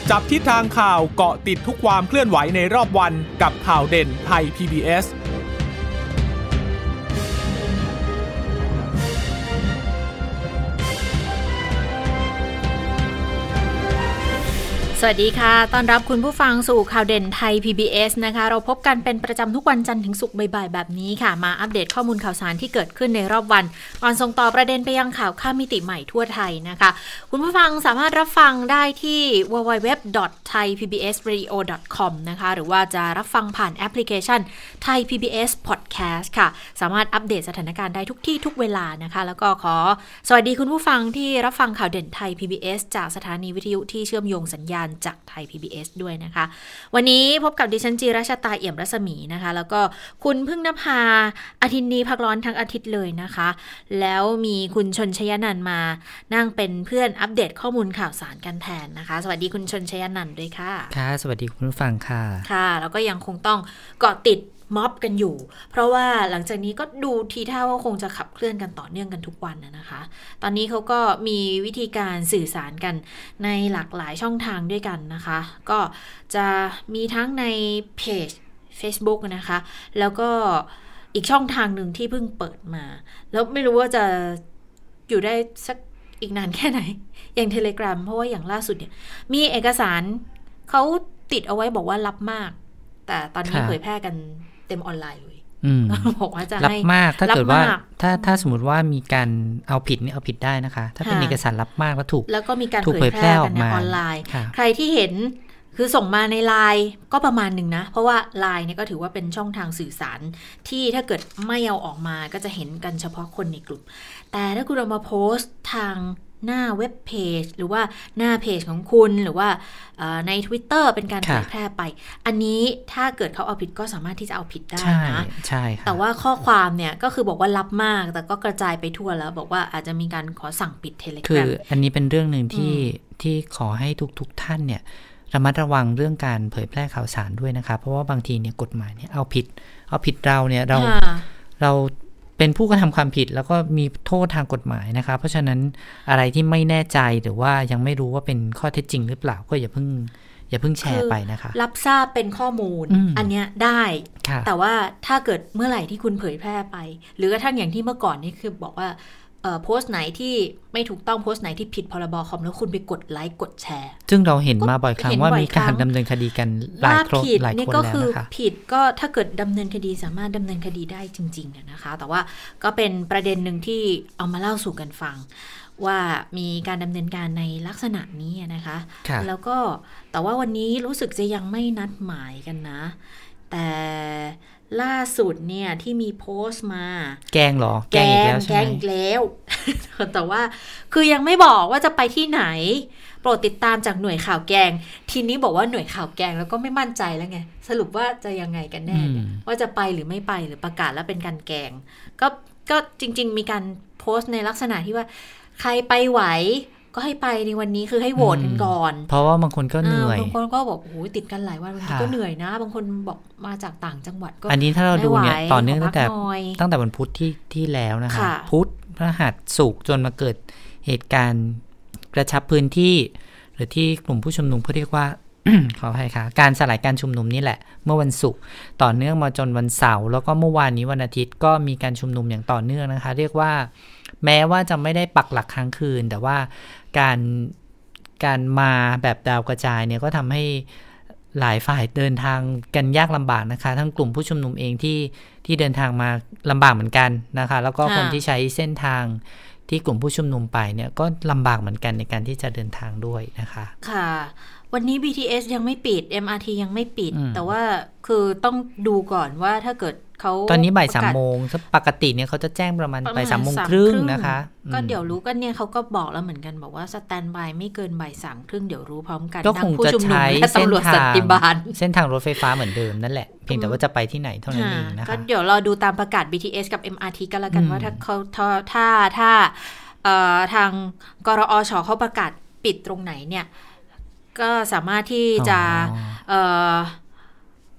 จับทิศทางข่าวเกาะติดทุกความเคลื่อนไหวในรอบวันกับข่าวเด่นไทย PBS สวัสดีค่ะต้อนรับคุณผู้ฟังสู่ข่าวเด่นไทย PBS นะคะเราพบกันเป็นประจำทุกวันจันทร์ถึงศุกร์บ่ายๆแบบนี้ค่ะมาอัปเดตข้อมูลข่าวสารที่เกิดขึ้นในรอบวันก่อนส่งต่อประเด็นไปยังข่าวข้ามมิติใหม่ทั่วไทยนะคะคุณผู้ฟังสามารถรับฟังได้ที่ www.thaipbsradio.com นะคะหรือว่าจะรับฟังผ่านแอปพลิเคชัน Thai PBS Podcast ค่ะสามารถอัปเดตสถานการณ์ได้ทุกที่ทุกเวลานะคะแล้วก็ขอสวัสดีคุณผู้ฟังที่รับฟังข่าวเด่นไทย PBS จากสถานีวิทยุที่เชื่อมโยงสัญญาณจากไทย PBS ด้วยนะคะวันนี้พบกับดิฉันจีราชตาเอี่ยมรัศมีนะคะแล้วก็คุณพึ่งนภาอาทิตย์นี้พักร้อนทั้งอาทิตย์เลยนะคะแล้วมีคุณชนชยนันท์มานั่งเป็นเพื่อนอัปเดตข้อมูลข่าวสารกันแทนนะคะสวัสดีคุณชนชยนันท์ด้วยค่ะค่ะสวัสดีคุณผู้ฟังค่ะค่ะแล้วก็ยังคงต้องเกาะติดม็อบกันอยู่เพราะว่าหลังจากนี้ก็ดูทีท่าว่าคงจะขับเคลื่อนกันต่อเนื่องกันทุกวันนะคะตอนนี้เขาก็มีวิธีการสื่อสารกันในหลากหลายช่องทางด้วยกันนะคะก็จะมีทั้งในเพจ Facebook นะคะแล้วก็อีกช่องทางหนึ่งที่เพิ่งเปิดมาแล้วไม่รู้ว่าจะอยู่ได้สักอีกนานแค่ไหนอย่าง Telegram เพราะว่าอย่างล่าสุดเนี่ยมีเอกสารเขาติดเอาไว้บอกว่าลับมากแต่ตอนนี้เผยแพร่กันเต็มออนไลน์เลยบอกว่าจะให้รับมากถ้าเกิดว่าถ้าสมมติว่ามีการเอาผิดนี่เอาผิดได้นะคะถ้าเป็นเอกสารรับมากแล้วก็มีการเผยแพร่กันในออนไลน์ใครที่เห็นคือส่งมาในไลน์ก็ประมาณหนึ่งนะเพราะว่าไลน์เนี่ยก็ถือว่าเป็นช่องทางสื่อสารที่ถ้าเกิดไม่เอาออกมาก็จะเห็นกันเฉพาะคนในกลุ่มแต่ถ้าคุณเอามาโพสต์ทางหน้าเว็บเพจหรือว่าหน้าเพจของคุณหรือว่าใน Twitter เป็นการเผยแพร่ไปอันนี้ถ้าเกิดเขาเอาผิดก็สามารถที่จะเอาผิดได้นะใช่ค่ะแต่ว่าข้อความเนี่ยก็คือบอกว่าลับมากแต่ก็กระจายไปทั่วแล้วบอกว่าอาจจะมีการขอสั่งปิด Telegram คืออันนี้เป็นเรื่องนึงที่ขอให้ทุกท่านเนี่ยระมัดระวังเรื่องการเผยแพร่ข่าวสารด้วยนะคะเพราะว่าบางทีเนี่ยกฎหมายเนี่ยเอาผิดเราเนี่ยเราเป็นผู้กระทำความผิดแล้วก็มีโทษทางกฎหมายนะคะเพราะฉะนั้นอะไรที่ไม่แน่ใจหรือว่ายังไม่รู้ว่าเป็นข้อเท็จจริงหรือเปล่าก็อย่าเพิ่งแชร์ไปนะคะรับทราบเป็นข้อมูลอันเนี้ยได้แต่ว่าถ้าเกิดเมื่อไหร่ที่คุณเผยแพร่ไปหรือกระทั่งอย่างที่เมื่อก่อนนี่คือบอกว่าโพสต์ไหนที่ไม่ถูกต้องโพสต์ไหนที่ผิดพรบคอมแล้วคุณไปกดไลค์กดแชร์ซึ่งเราเห็นมาบ่อยครั้งว่ามีการดำเนินคดีกันหลายคนแล้วนะคะก็คือผิดก็ถ้าเกิดดำเนินคดีสามารถดำเนินคดีได้จริงๆนะคะแต่ว่าก็เป็นประเด็นหนึ่งที่เอามาเล่าสู่กันฟังว่ามีการดำเนินการในลักษณะนี้นะคะแล้วก็แต่ว่าวันนี้รู้สึกจะยังไม่นัดหมายกันนะแต่ล่าสุดเนี่ยที่มีโพสต์มาแกงเหรอแกงอีกแล้วใช่ไหมแกงอีกแล้วแต่ว่าคือยังไม่บอกว่าจะไปที่ไหนโปรดติดตามจากหน่วยข่าวแกงทีนี้บอกว่าหน่วยข่าวแกงแล้วก็ไม่มั่นใจแล้วไงสรุปว่าจะยังไงกันแน่ว่าจะไปหรือไม่ไปหรือประกาศแล้วเป็นการแกงก็จริงๆมีการโพสต์ในลักษณะที่ว่าใครไปไหวก็ให้ไปในวันนี้คือให้โหวตกันก่อนเพราะว่าบางคนก็เหนื่อยบางคนก็บอกโอ้โหติดกันหลายวันบางทีก็เหนื่อยนะบางคนบอกมาจากต่างจังหวัดก็อันนี้ถ้าเราดูเนี่ยต่อเนื่องตั้งแต่วันพุธที่แล้วนะคะพุธพฤหัสศุกร์จนมาเกิดเหตุการณ์กระชับพื้นที่หรือที่กลุ่มผู้ชุมนุมเขาเรียกว่า ขออภัยค่ะการสลายการชุมนุมนี่แหละเมื่อวันศุกร์ต่อเนื่องมาจนวันเสาร์แล้วก็เมื่อวานนี้วันอาทิตย์ก็มีการชุมนุมอย่างต่อเนื่องนะคะเรียกว่าแม้ว่าจะไม่ได้ปักหลักค้างคืนแต่ว่าการมาแบบดาวกระจายเนี่ยก็ทำให้หลายฝ่ายเดินทางกันยากลำบากนะคะทั้งกลุ่มผู้ชุมนุมเองที่เดินทางมาลำบากเหมือนกันนะคะแล้วก็คนที่ใช้เส้นทางที่กลุ่มผู้ชุมนุมไปเนี่ยก็ลำบากเหมือนกันในการที่จะเดินทางด้วยนะคะค่ะวันนี้ BTS ยังไม่ปิด MRT ยังไม่ปิดแต่ว่าคือต้องดูก่อนว่าถ้าเกิดเขาตอนนี้บ่าย 3 โมงปกติเนี่ยเขาจะแจ้งประมาณบ่าย 3 โมงครึ่งนะคะก็เดี๋ยวรู้ก็เนี่ยเขาก็บอกแล้วเหมือนกันบอกว่าสแตนด์บายไม่เกินบ่าย 3 ครึ่งเดี๋ยวรู้พร้อมกันก็คงจะใช้เส้นทางรถไฟฟ้าเหมือนเดิมนั่นแหละเพียงแต่ว่าจะไปที่ไหนเท่านั้นเองนะคะก็เดี๋ยวรอดูตามประกาศ BTS กับ MRT กันแล้วกันว่าถ้าเขาถ้าทางกรอช.เขาประกาศปิดตรงไหนเนี่ยก็สามารถที่จะ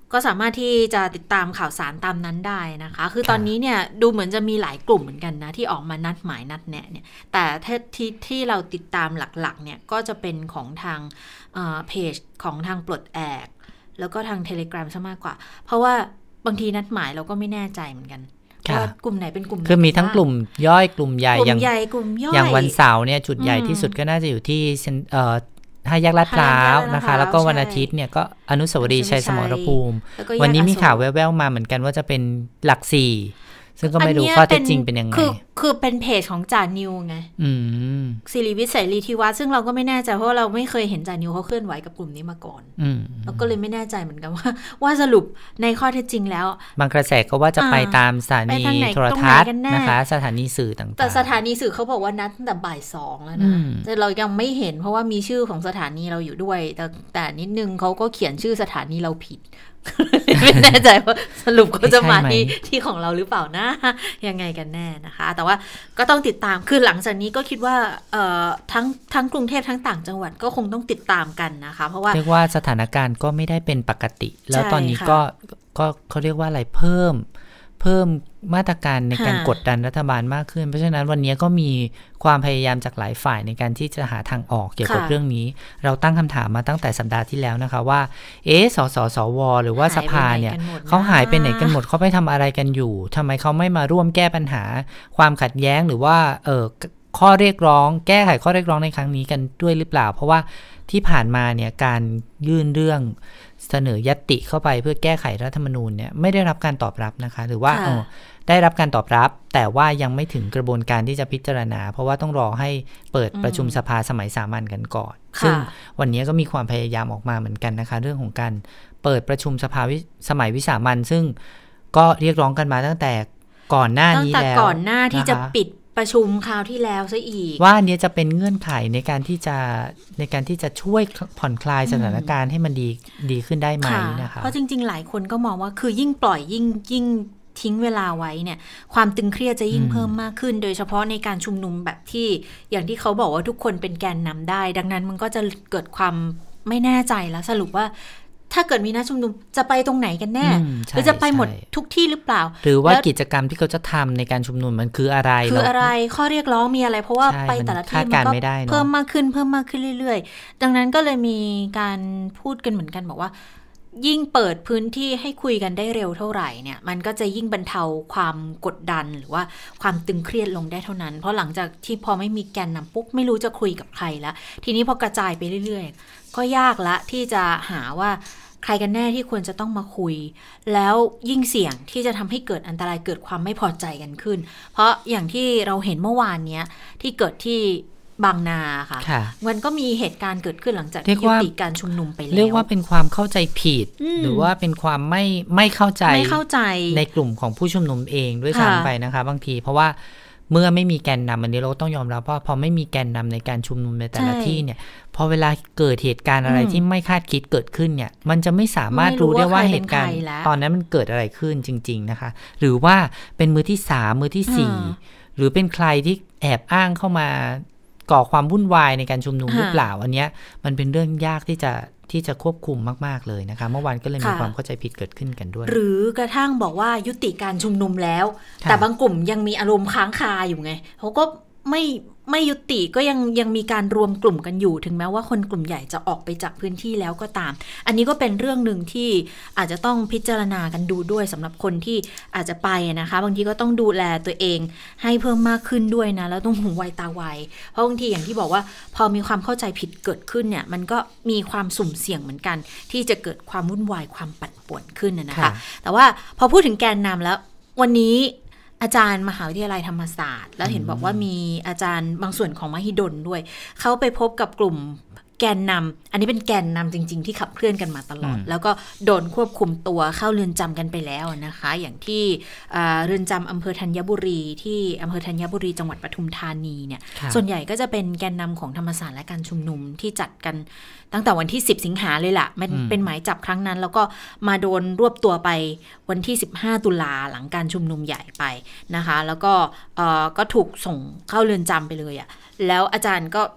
ก็สามารถที่จะติดตามข่าวสารตามนั้นได้นะคะคือตอนนี้เนี่ยดูเหมือนจะมีหลายกลุ่มเหมือนกันนะที่ออกมานัดหมายนัดแนะเนี่ยแต่ที่เราติดตามหลักๆเนี่ยก็จะเป็นของทางเพจของทางปลดแอกแล้วก็ทาง Telegram ซะมากกว่าเพราะว่าบางทีนัดหมายเราก็ไม่แน่ใจเหมือนกันว่ากลุ่มไหนเป็นกลุ่มคือมีทั้งกลุ่มย่อยกลุ่มใหญ่กลุ่มใหญ่กลุ่มย่อยอย่างวันเสาร์เนี่ยจุดใหญ่ที่สุดก็น่าจะอยู่ที่5 แยกลาดพร้าวนะคะแล้วก็วันอาทิตย์เนี่ยก็อนุสาวรีย์ชัยสมรภูมิวันนี้มีข่าวแว่วๆมาเหมือนกันว่าจะเป็นหลัก4ซึ่งก็ไม่รู้ข้อเท็จจริงเป็นยังไงคือเป็นเพจของจ่านิวไงศิริวิทย์เสรีธิวัฒน์ซึ่งเราก็ไม่แน่ใจเพราะเราไม่เคยเห็นจ่านิวเขาเคลื่อนไหวกับกลุ่มนี้มาก่อนเราก็เลยไม่แน่ใจเหมือนกันว่าสรุปในข้อเท็จจริงแล้วบางกระแสก็ว่าจะไปตามสถานีโทรทัศน์นะคะสถานีสื่อต่างๆแต่สถานีสื่อเขาบอกว่านัดตั้งแต่บ่าย 2แล้วนะแต่เรายังไม่เห็นเพราะว่ามีชื่อของสถานีเราอยู่ด้วยแต่นิดนึงเขาก็เขียนชื่อสถานีเราผิดไม่แน่ใจว่าสรุปเขาจะมาที่ของเราหรือเปล่านะยังไงกันแน่นะคะแต่ว่าก็ต้องติดตามคือหลังจากนี้ก็คิดว่าทั้งกรุงเทพทั้งต่างจังหวัดก็คงต้องติดตามกันนะคะเพราะว่าเรียกว่าสถานการณ์ก็ไม่ได้เป็นปกติแล้วตอนนี้ก็เขาเรียกว่าอะไรเพิ่มมาตรการในการกดดันรัฐบาลมากขึ้นเพราะฉะนั้นวันนี้ก็มีความพยายามจากหลายฝ่ายในการที่จะหาทางออกเกี่ยวกับเรื่องนี้เราตั้งคำถามมาตั้งแต่สัปดาห์ที่แล้วนะคะว่าสสวหรือว่าสภาเนี่ยเขาหายไปไหนกันหมดเขาไปทำอะไรกันอยู่ทำไมเขาไม่มาร่วมแก้ปัญหาความขัดแย้งหรือว่าข้อเรียกร้องแก้ไขข้อเรียกร้องในครั้งนี้กันด้วยหรือเปล่าเพราะว่าที่ผ่านมาเนี่ยการยื่นเรื่องเสนอญัตติเข้าไปเพื่อแก้ไขรัฐธรรมนูญเนี่ยไม่ได้รับการตอบรับนะคะหรือว่าได้รับการตอบรับแต่ว่ายังไม่ถึงกระบวนการที่จะพิจารณาเพราะว่าต้องรอให้เปิดประชุมสภาสมัยสามัญกันก่อนซึ่งวันนี้ก็มีความพยายามออกมาเหมือนกันนะคะเรื่องของการเปิดประชุมสภาสมัยวิสามัญซึ่งก็เรียกร้องกันมาตั้งแต่ก่อนหน้านี้แล้วตั้งแต่ก่อนหน้าที่จะปิดประชุมคราวที่แล้วซะอีกว่าอันนี้จะเป็นเงื่อนไขในการที่จะช่วยผ่อนคลายสถานการณ์ให้มันดีขึ้นได้ไหมนะคะเพราะจริงๆหลายคนก็มองว่าคือยิ่งปล่อยยิ่งทิ้งเวลาไว้เนี่ยความตึงเครียดจะยิ่งเพิ่มมากขึ้นโดยเฉพาะในการชุมนุมแบบที่อย่างที่เขาบอกว่าทุกคนเป็นแกนนำได้ดังนั้นมันก็จะเกิดความไม่แน่ใจแล้วสรุปว่าถ้าเกิดมีนัดชุมนุมจะไปตรงไหนกันแน่หรือจะไปหมดทุกที่หรือเปล่าหรือว่ากิจกรรมที่เขาจะทำในการชุมนุมมันคืออะไรข้อเรียกร้องมีอะไรเพราะว่าไปแต่ละที่มันก็เพิ่มมากขึ้นเรื่อยๆดังนั้นก็เลยมีการพูดกันเหมือนกันบอกว่ายิ่งเปิดพื้นที่ให้คุยกันได้เร็วเท่าไหร่เนี่ยมันก็จะยิ่งบรรเทาความกดดันหรือว่าความตึงเครียดลงได้เท่านั้นเพราะหลังจากที่พอไม่มีแกนนำปุ๊บไม่รู้จะคุยกับใครแล้วทีนี้พอกระจายไปเรื่อยๆก็ยากละที่จะหาว่าใครกันแน่ที่ควรจะต้องมาคุยแล้วยิ่งเสี่ยงที่จะทำให้เกิดอันตรายเกิดความไม่พอใจกันขึ้นเพราะอย่างที่เราเห็นเมื่อวานเนี้ยที่เกิดที่บางนาค่ะมันก็มีเหตุการณ์เกิดขึ้นหลังจากที่ยุติการชุมนุมไปแล้วเรียกว่าเป็นความเข้าใจผิดหรือว่าเป็นความไม่เข้าใจในกลุ่มของผู้ชุมนุมเองด้วยซ้ำไปนะคะบางทีเพราะว่าเมื่อไม่มีแกนนำอันนี้เราต้องยอมรับว่าพอไม่มีแกนนำในการชุมนุมในแต่ละที่เนี่ยพอเวลาเกิดเหตุการณ์อะไรที่ไม่คาดคิดเกิดขึ้นเนี่ยมันจะไม่สามารถรู้ได้ว่าเหตุการณ์ตอนนั้นมันเกิดอะไรขึ้นจริงๆนะคะหรือว่าเป็นมือที่3มือที่4หรือเป็นใครที่แอบอ้างเข้ามาก่อความวุ่นวายในการชุมนุมหรือเปล่าอันเนี้ยมันเป็นเรื่องยากที่จะควบคุมมากๆเลยนะคะเมื่อวานก็เลยมีความเข้าใจผิดเกิดขึ้นกันด้วยหรือกระทั่งบอกว่ายุติการชุมนุมแล้วแต่บางกลุ่มยังมีอารมณ์ค้างคาอยู่ไงเขาก็ไม่ยุติก็ยังมีการรวมกลุ่มกันอยู่ถึงแม้ว่าคนกลุ่มใหญ่จะออกไปจากพื้นที่แล้วก็ตามอันนี้ก็เป็นเรื่องนึงที่อาจจะต้องพิจารณากันดูด้วยสำหรับคนที่อาจจะไปนะคะบางทีก็ต้องดูแลตัวเองให้เพิ่มมากขึ้นด้วยนะแล้วต้องหูไวตาไวเพราะบางทีอย่างที่บอกว่าพอมีความเข้าใจผิดเกิดขึ้นเนี่ยมันก็มีความสุ่มเสี่ยงเหมือนกันที่จะเกิดความวุ่นวายความปั่นป่วนขึ้นนะคะแต่ว่าพอพูดถึงแกนนำแล้ววันนี้อาจารย์มหาวิทยาลัยธรรมศาสตร์แล้วเห็นบอกว่ามีอาจารย์บางส่วนของมหิดลด้วยเขาไปพบกับกลุ่มแกนนำอันนี้เป็นแกนนำจริงๆที่ขับเคลื่อนกันมาตลอดแล้วก็โดนควบคุมตัวเข้าเรือนจำกันไปแล้วนะคะอย่างที่เรือนจำอำเภอธัญบุรีที่อำเภอธัญบุรีจังหวัดปทุมธานีเนี่ยส่วนใหญ่ก็จะเป็นแกนนำของธรรมศาสตร์และการชุมนุมที่จัดกันตั้งแต่วันที่10สิงหาเลยล่ะมันเป็นหมายจับครั้งนั้นแล้วก็มาโดนรวบตัวไปวันที่15ตุลาหลังการชุมนุมใหญ่ไปนะคะแล้วก็ถูกส่งเข้าเรือนจำไปเลยอ่ะแล้วอาจารย์ก็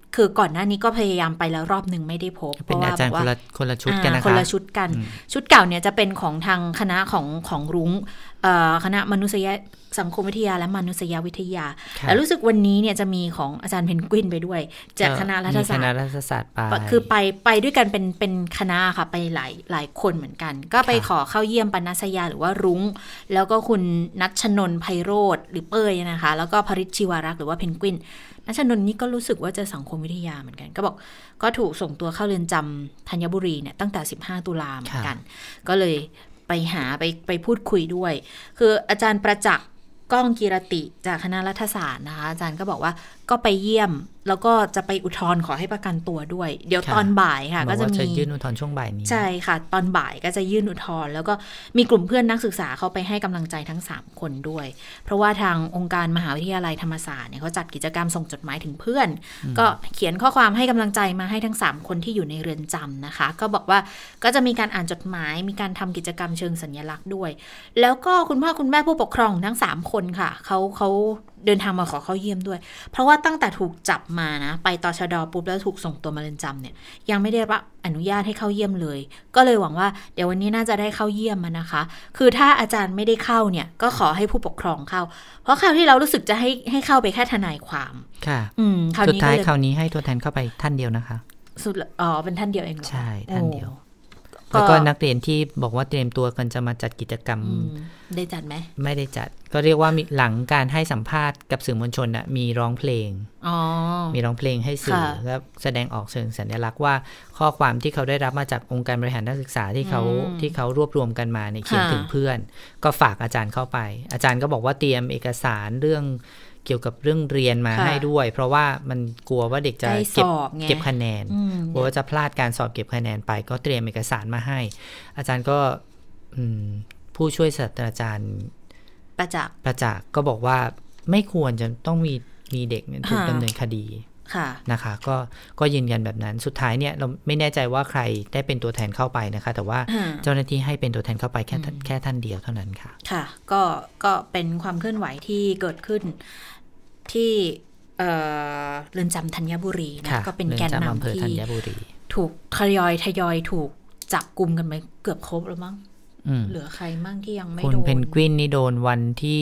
คือก่อนหน้านี้ก็พยายามไปแล้วรอบหนึ่งไม่ได้พบเป็นอาจารย์คนละชุดกันนะคะคนละชุดกันชุดเก่าเนี่ยจะเป็นของทางคณะของรุ้งคณะมนุษยสังคมวิทยาและมนุษยวิทยาแล้วรู้สึกวันนี้เนี่ยจะมีของอาจารย์เพนกวินไปด้วยจากคณะรัฐศาสตร์คณะรัฐศาสตร์ไปคือไปด้วยกันเป็นคณะค่ะไปหลายคนเหมือนกันก็ไปขอเข้าเยี่ยมปนัสยาหรือว่ารุ้งแล้วก็คุณณัชนนท์ไพโรจน์หรือเป้ยนะคะแล้วก็ภริชชีวารักษ์หรือว่าเพนกวินณัชนนท์นี่ก็รู้สึกว่าจะสังคมวิทยาเหมือนกันก็บอกก็ถูกส่งตัวเข้าเรือนจำธัญบุรีเนี่ยตั้งแต่15ตุลาเหมือนกันก็เลยไปพูดคุยด้วยคืออาจารย์ประจักษ์ก้องกีรติจากคณะรัฐศาสตร์นะคะอาจารย์ก็บอกว่าก็ไปเยี่ยมแล้วก็จะไปอุทธรณ์ขอให้ประกันตัวด้วยเดี๋ยวตอนบ่ายค่ะก็จะมียื่นอุทธรณ์ช่วงบ่ายนี้ใช่ค่ะตอนบ่ายก็จะยื่นอุทธรณ์แล้วก็มีกลุ่มเพื่อนนักศึกษาเขาไปให้กำลังใจทั้ง3คนด้วยเพราะว่าทางองค์การมหาวิทยาลัยธรรมศาสตร์เนี่ยเขาจัดกิจกรรมส่งจดหมายถึงเพื่อนก็เขียนข้อความให้กำลังใจมาให้ทั้ง3คนที่อยู่ในเรือนจำนะคะก็บอกว่าก็จะมีการอ่านจดหมายมีการทำกิจกรรมเชิงสัญลักษณ์ด้วยแล้วก็คุณพ่อคุณแม่ผู้ปกครองทั้ง3คนค่ะเขาเดินทางมาขอเข้าเยี่ยมด้วยเพราะว่าตั้งแต่ถูกจับมานะไปตชด.ปุ๊บแล้วถูกส่งตัวมาเรือนจำเนี่ยยังไม่ได้รับอนุญาตให้เข้าเยี่ยมเลยก็เลยหวังว่าเดี๋ยววันนี้น่าจะได้เข้าเยี่ยมนะคะคือถ้าอาจารย์ไม่ได้เข้าเนี่ยก็ขอให้ผู้ปกครองเข้าเพราะคราวที่เรารู้สึกจะให้เข้าไปแค่ทนายความค่ะสุดท้ายคราวนี้ให้ตัวแทนเข้าไปท่านเดียวนะคะสุดเป็นท่านเดียวเองเหรอใช่ท่านเดียวแล้วก็นักเรียนที่บอกว่าเตรียมตัวกันจะมาจัดกิจกรรมได้จัดไหมไม่ได้จัดก็เรียกว่าหลังการให้สัมภาษณ์กับสื่อมวลชนน่ะมีร้องเพลงมีร้องเพลงให้สื่อแล้วแสดงออกเชิงสัญลักษณ์ว่าข้อความที่เขาได้รับมาจากองค์การบริหารนักศึกษาที่เขารวบรวมกันมาเนี่ยเขียนถึงเพื่อนก็ฝากอาจารย์เข้าไปอาจารย์ก็บอกว่าเตรียมเอกสารเรื่องเกี่ยวกับเรื่องเรียนมาให้ด้วยเพราะว่ามันกลัวว่าเด็กจะเก็บคะแนนกลัวว่าจะพลาดการสอบเก็บคะแนนไปก็เตรียมเอกสารมาให้อาจารย์ก็ผู้ช่วยศาสตราจารย์ประจักษ์ก็บอกว่าไม่ควรจะต้องมีเด็กถูกดำเนินคดีนะคะก็ยืนยันแบบนั้นสุดท้ายเนี่ยเราไม่แน่ใจว่าใครได้เป็นตัวแทนเข้าไปนะคะแต่ว่าเจ้าหน้าที่ให้เป็นตัวแทนเข้าไปแค่ท่านเดียวเท่านั้นค่ะค่ะก็เป็นความเคลื่อนไหวที่เกิดขึ้นที่เรือนจำธัญบุรีนะก็เป็นแกนนำที่ถูกทยอยถูกจับกุมกันไปเกือบครบแล้วมั้งเหลือใครมั่งที่ยังไม่โดนคุณเพนกวินนี่โดนวันที่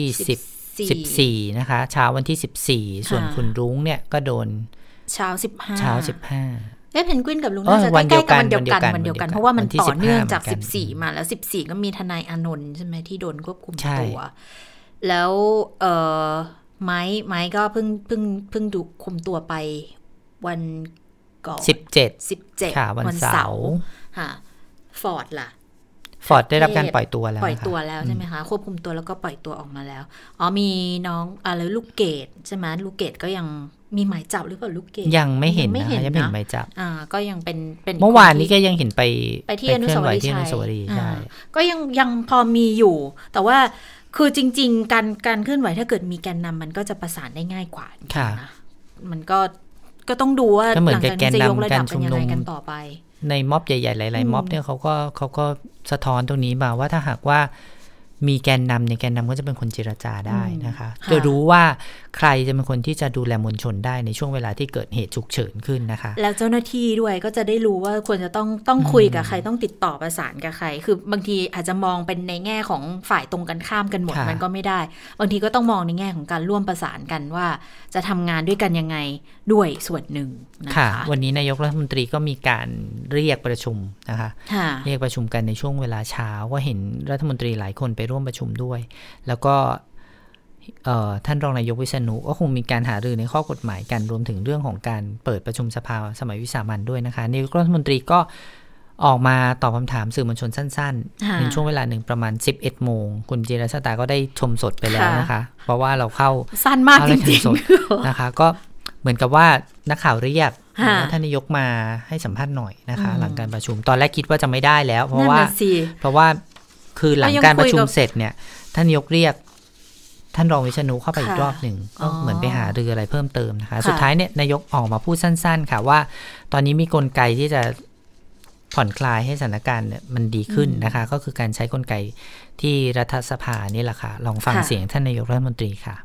14นะคะเช้าวันที่14ส่วนคุณรุ้งเนี่ยก็โดนเช้า15เพนกวินกับลุงน่าจะใกล้ๆกันวันเดียวกันเพราะว่ามันต่อเนื่องจาก14มาแล้ว14ก็มีทนายอานนท์ใช่ไหมที่โดนควบคุมตัวแล้วไม้ก็เพิ่งถูกคุมตัวไปวันก่อน 17ค่ะวันเสาร์ค่ะฟอร์ดได้รับการปล่อยตัวแล้วใช่ไหมคะควบคุมตัวแล้วก็ปล่อยตัวออกมาแล้วมีน้องอะไรลูกเกดใช่ไหมลูกเกดก็ยังมีหมายจับหรือเปล่าลูกเกดยังไม่เห็นนะยังไม่เห็นหมายจับก็ยังเป็นเมื่อวานนี้ก็ยังเห็นไปที่อนุสาวรีย์ใช่ก็ยังพอมีอยู่แต่ว่าคือจริงๆการเคลื่อนไหวถ้าเกิดมีแกนนำมันก็จะประสานได้ง่ายกว่านะมันก็ต้องดูว่าหลังจากนี้จะยกระดับกันยังไงกันต่อไปในม็อบใหญ่ๆหลายๆม็อบเนี่ยเขาก็สะท้อนตรงนี้มาว่าถ้าหากว่ามีแกนนำในแกนนำก็จะเป็นคนเจรจาได้นะคะจะรู้ว่าใครจะเป็นคนที่จะดูแลมวลชนได้ในช่วงเวลาที่เกิดเหตุฉุกเฉินขึ้นนะคะแล้วเจ้าหน้าที่ด้วยก็จะได้รู้ว่าควรจะต้องคุยกับใครต้องติดต่อประสานกับใครคือบางทีอาจจะมองเป็นในแง่ของฝ่ายตรงกันข้ามกันหมดมันก็ไม่ได้บางทีก็ต้องมองในแง่ของการร่วมประสานกันว่าจะทำงานด้วยกันยังไงด้วยส่วนหนึ่งนะคะวันนี้นายกรัฐมนตรีก็มีการเรียกประชุมนะคะเรียกประชุมกันในช่วงเวลาเช้าก็เห็นรัฐมนตรีหลายคนไปร่วมประชุมด้วยแล้วก็ท่านรองนายกวิษณุก็คงมีการหารือในข้อกฎหมายกันรวมถึงเรื่องของการเปิดประชุมสภาสมัยวิสามัญด้วยนะคะนายกรัฐมนตรีก็ออกมาตอบคำถามสื่อมวลชนสั้นๆในช่วงเวลาหนึ่งประมาณ 11 โมงคุณจิรชตาก็ได้ชมสดไปแล้วนะคะเพราะว่าเราเข้าสั้นมากจริงๆนะคะก็เหมือนกับว่านักข่าวเรียกท่านนายกมาให้สัมภาษณ์หน่อยนะคะหลังการประชุมตอนแรกคิดว่าจะไม่ได้แล้วเพราะว่าคือหลังการประชุมเสร็จเนี่ยท่านนายกเรียกท่านรองวิษณุเข้าไปอีกรอบหนึ่งก็เหมือนไปหารืออะไรเพิ่มเติมนะคะสุดท้ายเนี่ยนายกออกมาพูดสั้นๆค่ะว่าตอนนี้มีกลไกที่จะผ่อนคลายให้สถานการณ์มันดีขึ้นนะคะก็คือการใช้กลไกที่รัฐสภานี่แหละค่ะลองฟังเสียงท่านนายกรัฐมนตรีค่ะ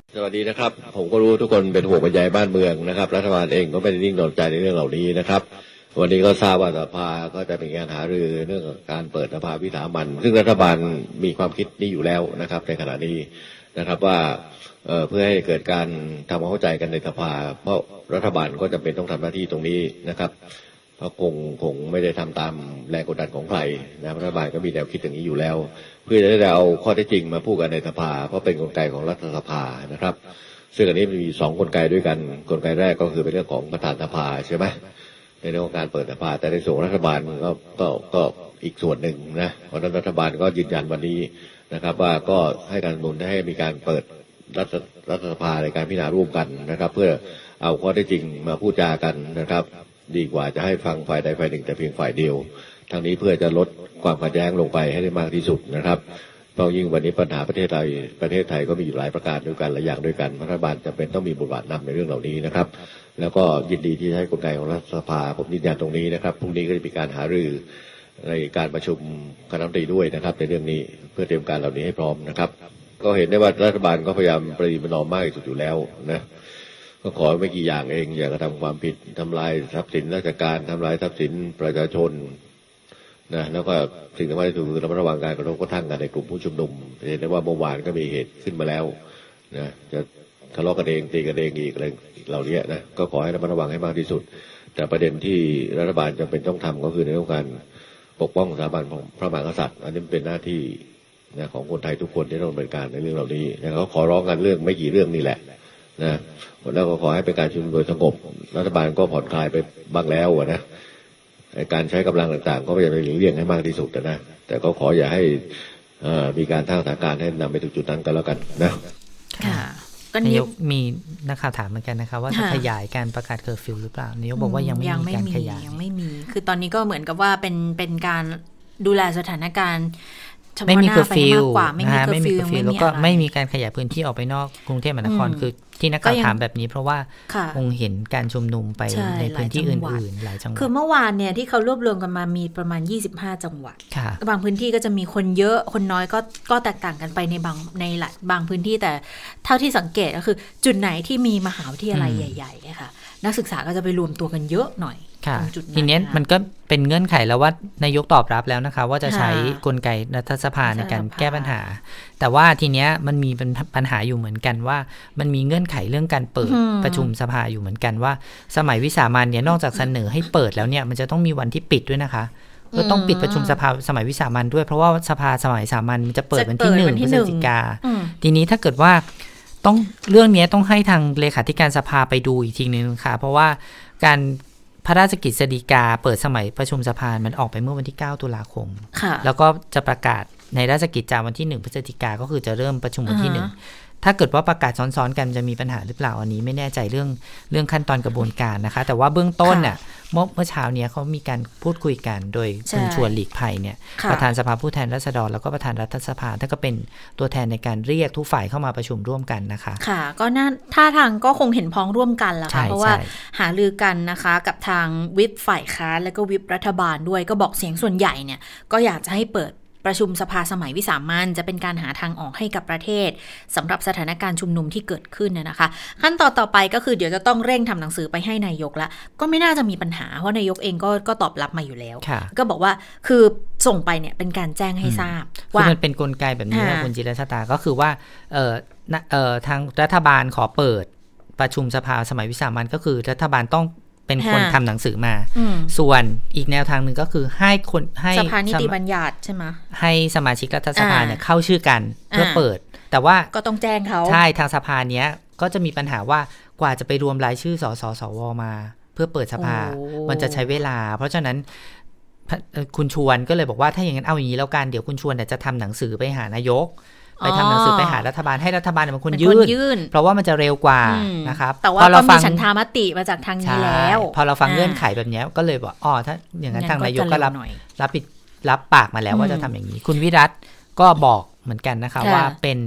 สวัสดีนะครับผมก็รู้ทุกคนเป็นห่วงเป็นใยบ้านเมืองนะครับรัฐบาลเองก็ไม่ได้นิ่งนอนใจในเรื่องเหล่านี้นะครับวันนี้ก็ทราบว่าสภาก็จะเป็นการหารือเรื่องการเปิดสภาวิสามัญซึ่งรัฐบาลมีความคิดนี้อยู่แล้วนะครับในขณะนี้นะครับว่าเพื่อให้เกิดการทำความเข้าใจกันในสภาเพราะรัฐบาลก็จำเป็นต้องทำหน้าที่ตรงนี้นะครับเพราะคงไม่ได้ทำตามแรงกดดันของใครนะรัฐบาลก็มีแนวคิดอย่างนี้อยู่แล้วเพื่อจะได้เอาข้อเท็จจริงมาพูดกันในสภาเพราะเป็นกลไกของรัฐสภานะครับซึ่งอันนี้มี2กลไกด้วยกันกลไกแรกก็คือเป็นเรื่องของประธานสภาใช่ไหมในเรื่องของการเปิดสภาแต่ในส่วนรัฐบาลก็อีกส่วนหนึ่งนะเพราะฉะนั้นรัฐบาลก็ยืนยันวันนี้นะครับว่าก็ให้การสนับสนุนให้มีการเปิดรัฐสภาในการพิจารณาร่วมกันนะครับเพื่อเอาข้อเท็จจริงมาพูดจากันนะครับดีกว่าจะให้ฟังฝ่ายใดฝ่ายหนึ่งแต่เพียงฝ่ายเดียวทั้งนี้เพื่อจะลดความขัดแย้งลงไปให้ได้มากที่สุดนะครับเพราะยิ่งวันนี้ปัญหาประเทศไทยก็มีอยู่หลายประการด้วยกันหลายอย่างด้วยกันรัฐบาลจำเป็นต้องมีบทบาทนำในเรื่องเหล่านี้นะครับแล้วก็ยินดีที่ให้กลไกของรัฐสภาผมยืนยันตรงนี้นะครับพรุ่งนี้ก็จะมีการหารือในการประชุมคณะรัฐมนตรีด้วยนะครับในเรื่องนี้เพื่อเตรียมการเหล่านี้ให้พร้อมนะครับก็เห็นได้ว่ารัฐบาลก็พยายามประนีประนอมมากที่สุดอยู่แล้วนะก็ขอไม่กี่อย่างเองอย่ากระทำความผิดทำลายทรัพย์สินราชการทำลายทรัพย์สินประชาชนนะแล้วก็สิ่งที่สำคัญที่สุดคือระมัดระวังการกระทบกระทั่งกันในกลุ่มผู้ชุมนุมเห็นได้ว่าเมื่อวานก็มีเหตุขึ้นมาแล้วนะจะทะเลาะกันเองตีกันเองอีกอะไรเหล่านี้นะก็ขอให้ระมัดระวังให้มากที่สุดแต่ประเด็นที่รัฐบาลจำเป็นต้องทำก็คือในเรื่องการปกป้องสถาบันของพระมหากษัตริย์อันนี้เป็นหน้าที่นะของคนไทยทุกคนที่ต้องดำเนินการในเรื่องเหล่านี้นะเขาขอร้องกันเรื่องไม่กี่เรื่องนี่แหละนะแล้วก็ขอให้เป็นการชุมนุมโดยสงบรัฐบาลก็ผ่อนคลายไปบ้างแล้วนะการใช้กำลังต่างๆก็พยายามหลีกเลี่ยงให้มากที่สุดนะแต่ก็ขออย่าให้มีการสร้างสถานการณ์ให้นำไปถึงจุดนั้นก็แล้วกันนะค่ะนายกมีนักข่าวถามเหมือนกันนะคะว่าจะขยายการประกาศเคอร์ฟิวหรือเปล่านายกบอกว่ายังไม่มีการขยายยังไม่มีคือตอนนี้ก็เหมือนกับว่าเป็นการดูแลสถานการณ์ไม่มีเคอร์ฟิวไม่มีเคอร์ฟิวแล้วก็ไม่มีการขยายพื้นที่ออกไปนอกกรุงเทพมหานครคือที่นักข่าวถามแบบนี้เพราะว่าคงเห็นการชุมนุมไปในพื้นที่อื่นๆหลายจังหวัดคือเมื่อวานเนี่ยที่เขารวบรวมกันมามีประมาณ25จังหวัดบางพื้นที่ก็จะมีคนเยอะคนน้อยก็แตกต่างกันไปในบางพื้นที่แต่เท่าที่สังเกตก็คือจุดไหนที่มีมหาวิทยาลัยใหญ่ๆค่ะนักศึกษาก็จะไปรวมตัวกันเยอะหน่อยทีนี้มันก็เป็นเงื่อนไขแล้วว่านายกตอบรับแล้วนะคะว่าจะใช้กลไกรัฐสภาในการแก้ปัญหาแต่ว่าทีนี้มันมีปัญหาอยู่เหมือนกันว่ามันมีเงื่อนไขเรื่องการเปิดประชุมสภาอยู่เหมือนกันว่าสมัยวิสามัญเนี่ยนอกจากเสนอให้เปิดแล้วเนี่ยมันจะต้องมีวันที่ปิดด้วยนะคะก็ต้องปิดประชุมสภาสมัยวิสามัญด้วยเพราะว่าสภาสมัยวิสามัญมันจะเปิดวันที่1 พฤศจิกายนทีนี้ถ้าเกิดว่าต้องเรื่องนี้ต้องให้ทางเลขาธิการสภาไปดูอีกทีนึงค่ะเพราะว่าการพระราชกฤษฎีกาเปิดสมัยประชุมสภามันออกไปเมื่อวันที่9 ตุลาคมแล้วก็จะประกาศในราชกิจจาวันที่1 พฤศจิกายนก็คือจะเริ่มประชุมวันที่1ถ้าเกิดว่าประกาศซ้อนๆกันจะมีปัญหาหรือเปล่าอันนี้ไม่แน่ใจเรื่องขั้นตอนกระบวนการนะคะแต่ว่าเบื้องต้นน่ะเมื่อเช้านี้เขามีการพูดคุยกันโดยคุณชวนหลีกภัยเนี่ยประธานสภาผู้แทนราษฎรแล้วก็ประธานรัฐสภาท่านก็เป็นตัวแทนในการเรียกทุกฝ่ายเข้ามาประชุมร่วมกันนะคะค่ะก็ท่าทางก็คงเห็นพ้องร่วมกันแล้วค่ะเพราะว่าหารือกันนะคะกับทางวิปฝ่ายค้านและก็วิปรัฐบาลด้วยก็บอกเสียงส่วนใหญ่เนี่ยก็อยากจะให้เปิดประชุมสภาสมัยวิสามัญจะเป็นการหาทางออกให้กับประเทศสำหรับสถานการณ์ชุมนุมที่เกิดขึ้นนะคะขั้นตอนต่อไปก็คือเดี๋ยวจะต้องเร่งทำหนังสือไปให้นายกละก็ไม่น่าจะมีปัญหาเพราะนายกเองก็ตอบรับมาอยู่แล้วก็บอกว่าคือส่งไปเนี่ยเป็นการแจ้งให้ทราบว่ามันเป็นกลไกแบบนี้นะคุณจิรชตาก็คือว่าทางรัฐบาลขอเปิดประชุมสภาสมัยวิสามัญก็คือรัฐบาลต้องเป็นคนทำหนังสือมาส่วนอีกแนวทางหนึ่งก็คือให้สภานิติบัญญัติใช่ไหมให้สมาชิกรัฐสภาเนี่ยเข้าชื่อกันเพื่อเปิดแต่ว่าก็ต้องแจ้งเขาใช่ทางสภาเนี้ยก็จะมีปัญหาว่ากว่าจะไปรวมรายชื่อสสสวมาเพื่อเปิดสภามันจะใช้เวลาเพราะฉะนั้นคุณชวนก็เลยบอกว่าถ้าอย่างนั้นเอาอย่างนี้แล้วกันเดี๋ยวคุณชวนจะทำหนังสือไปหานายกไปทำหนังสือไปหารัฐบาลให้รัฐบาลเป็นคนยื่นเพราะว่ามันจะเร็วกว่านะครับแต่ว่าก็มีฉันทามติมาจากทางนี้แล้วพอเราฟังเงื่อนไขแบบนี้ก็เลยบอกถ้าอย่างนั้นทางนายกก็รับปากมาแล้วว่าจะทำอย่างนี้คุณวิรัตก็บอกเหมือนกันนะคะว่าเป็น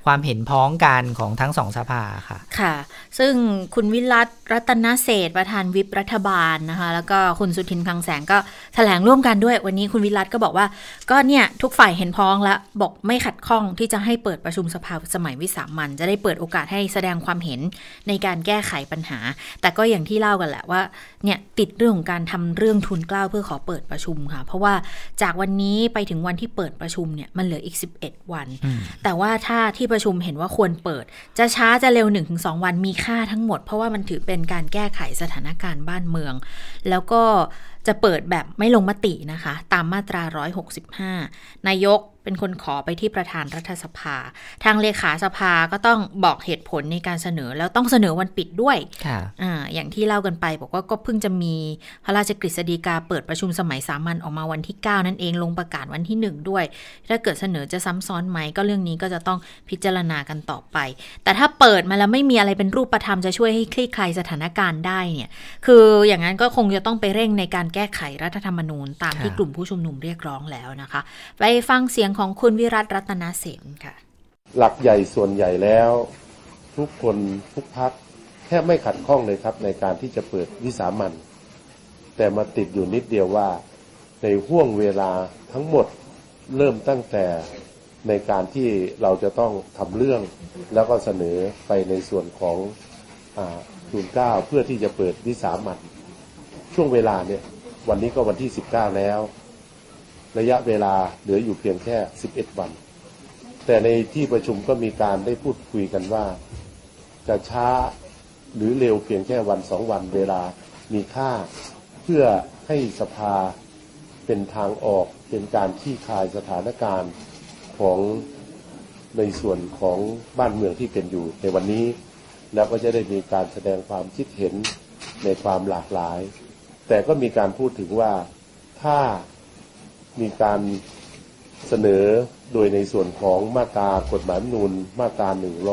ความเห็นพ้องกันของทั้งสองสภาค่ะค่ะซึ่งคุณวิรัตรัตนเศรษฐ์ประธานวิปรัฐบาลนะคะแล้วก็คุณสุทินคลังแสงก็แถลงร่วมกันด้วยวันนี้คุณวิรัตก็บอกว่าก็เนี่ยทุกฝ่ายเห็นพ้องแล้วบอกไม่ขัดข้องที่จะให้เปิดประชุมสภาสมัยวิสามัญจะได้เปิดโอกาสให้แสดงความเห็นในการแก้ไขปัญหาแต่ก็อย่างที่เล่ากันแหละว่าเนี่ยติดเรื่องของการทำเรื่องทุนเกล้าเพื่อขอเปิดประชุมค่ะเพราะว่าจากวันนี้ไปถึงวันที่เปิดประชุมเนี่ยมันเหลืออีก11วันแต่ว่าถ้าที่ประชุมเห็นว่าควรเปิดจะช้าจะเร็ว 1-2 วันมีค่าทั้งหมดเพราะว่ามันถือเป็นการแก้ไขสถานการณ์บ้านเมืองแล้วก็จะเปิดแบบไม่ลงมตินะคะตามมาตรา165นายกเป็นคนขอไปที่ประธานรัฐสภาทางเลขาสภาก็ต้องบอกเหตุผลในการเสนอแล้วต้องเสนอวันปิดด้วยอย่างที่เล่ากันไปบอกว่าก็เพิ่งจะมีพระราชกฤษฎีกาเปิดประชุมสมัยสามัญออกมาวันที่9นั่นเองลงประกาศวันที่1ด้วยถ้าเกิดเสนอจะซ้ำซ้อนไหมก็เรื่องนี้ก็จะต้องพิจารณากันต่อไปแต่ถ้าเปิดมาแล้วไม่มีอะไรเป็นรูปธรรมจะช่วยให้คลี่คลายสถานการณ์ได้เนี่ยคืออย่างนั้นก็คงจะต้องไปเร่งในการแก้ไขรัฐธรรมนูญตามที่กลุ่มผู้ชุมนุมเรียกร้องแล้วนะคะไปฟังเสียงของคุณวิรัตรัตนเศรษฐ์ค่ะหลักใหญ่ส่วนใหญ่แล้วทุกคนทุกพรรคแทบไม่ขัดข้องเลยครับในการที่จะเปิดวิสามัญแต่มาติดอยู่นิดเดียวว่าในห่วงเวลาทั้งหมดเริ่มตั้งแต่ในการที่เราจะต้องทำเรื่องแล้วก็เสนอไปในส่วนของทุนเกล้าเพื่อที่จะเปิดวิสามัญช่วงเวลาเนี่ยวันนี้ก็วันที่19แล้วระยะเวลาเหลืออยู่เพียงแค่11วันแต่ในที่ประชุมก็มีการได้พูดคุยกันว่าจะช้าหรือเร็วเพียงแค่วัน2วันเวลามีค่าเพื่อให้สภาเป็นทางออกเป็นการคลี่คลายสถานการณ์ของในส่วนของบ้านเมืองที่เป็นอยู่ในวันนี้แล้วก็จะได้มีการแสดงความคิดเห็นในความหลากหลายแต่ก็มีการพูดถึงว่าถ้ามีการเสนอโดยในส่วนของมาตรากฎหมายรัฐธรรมนูญมาตรา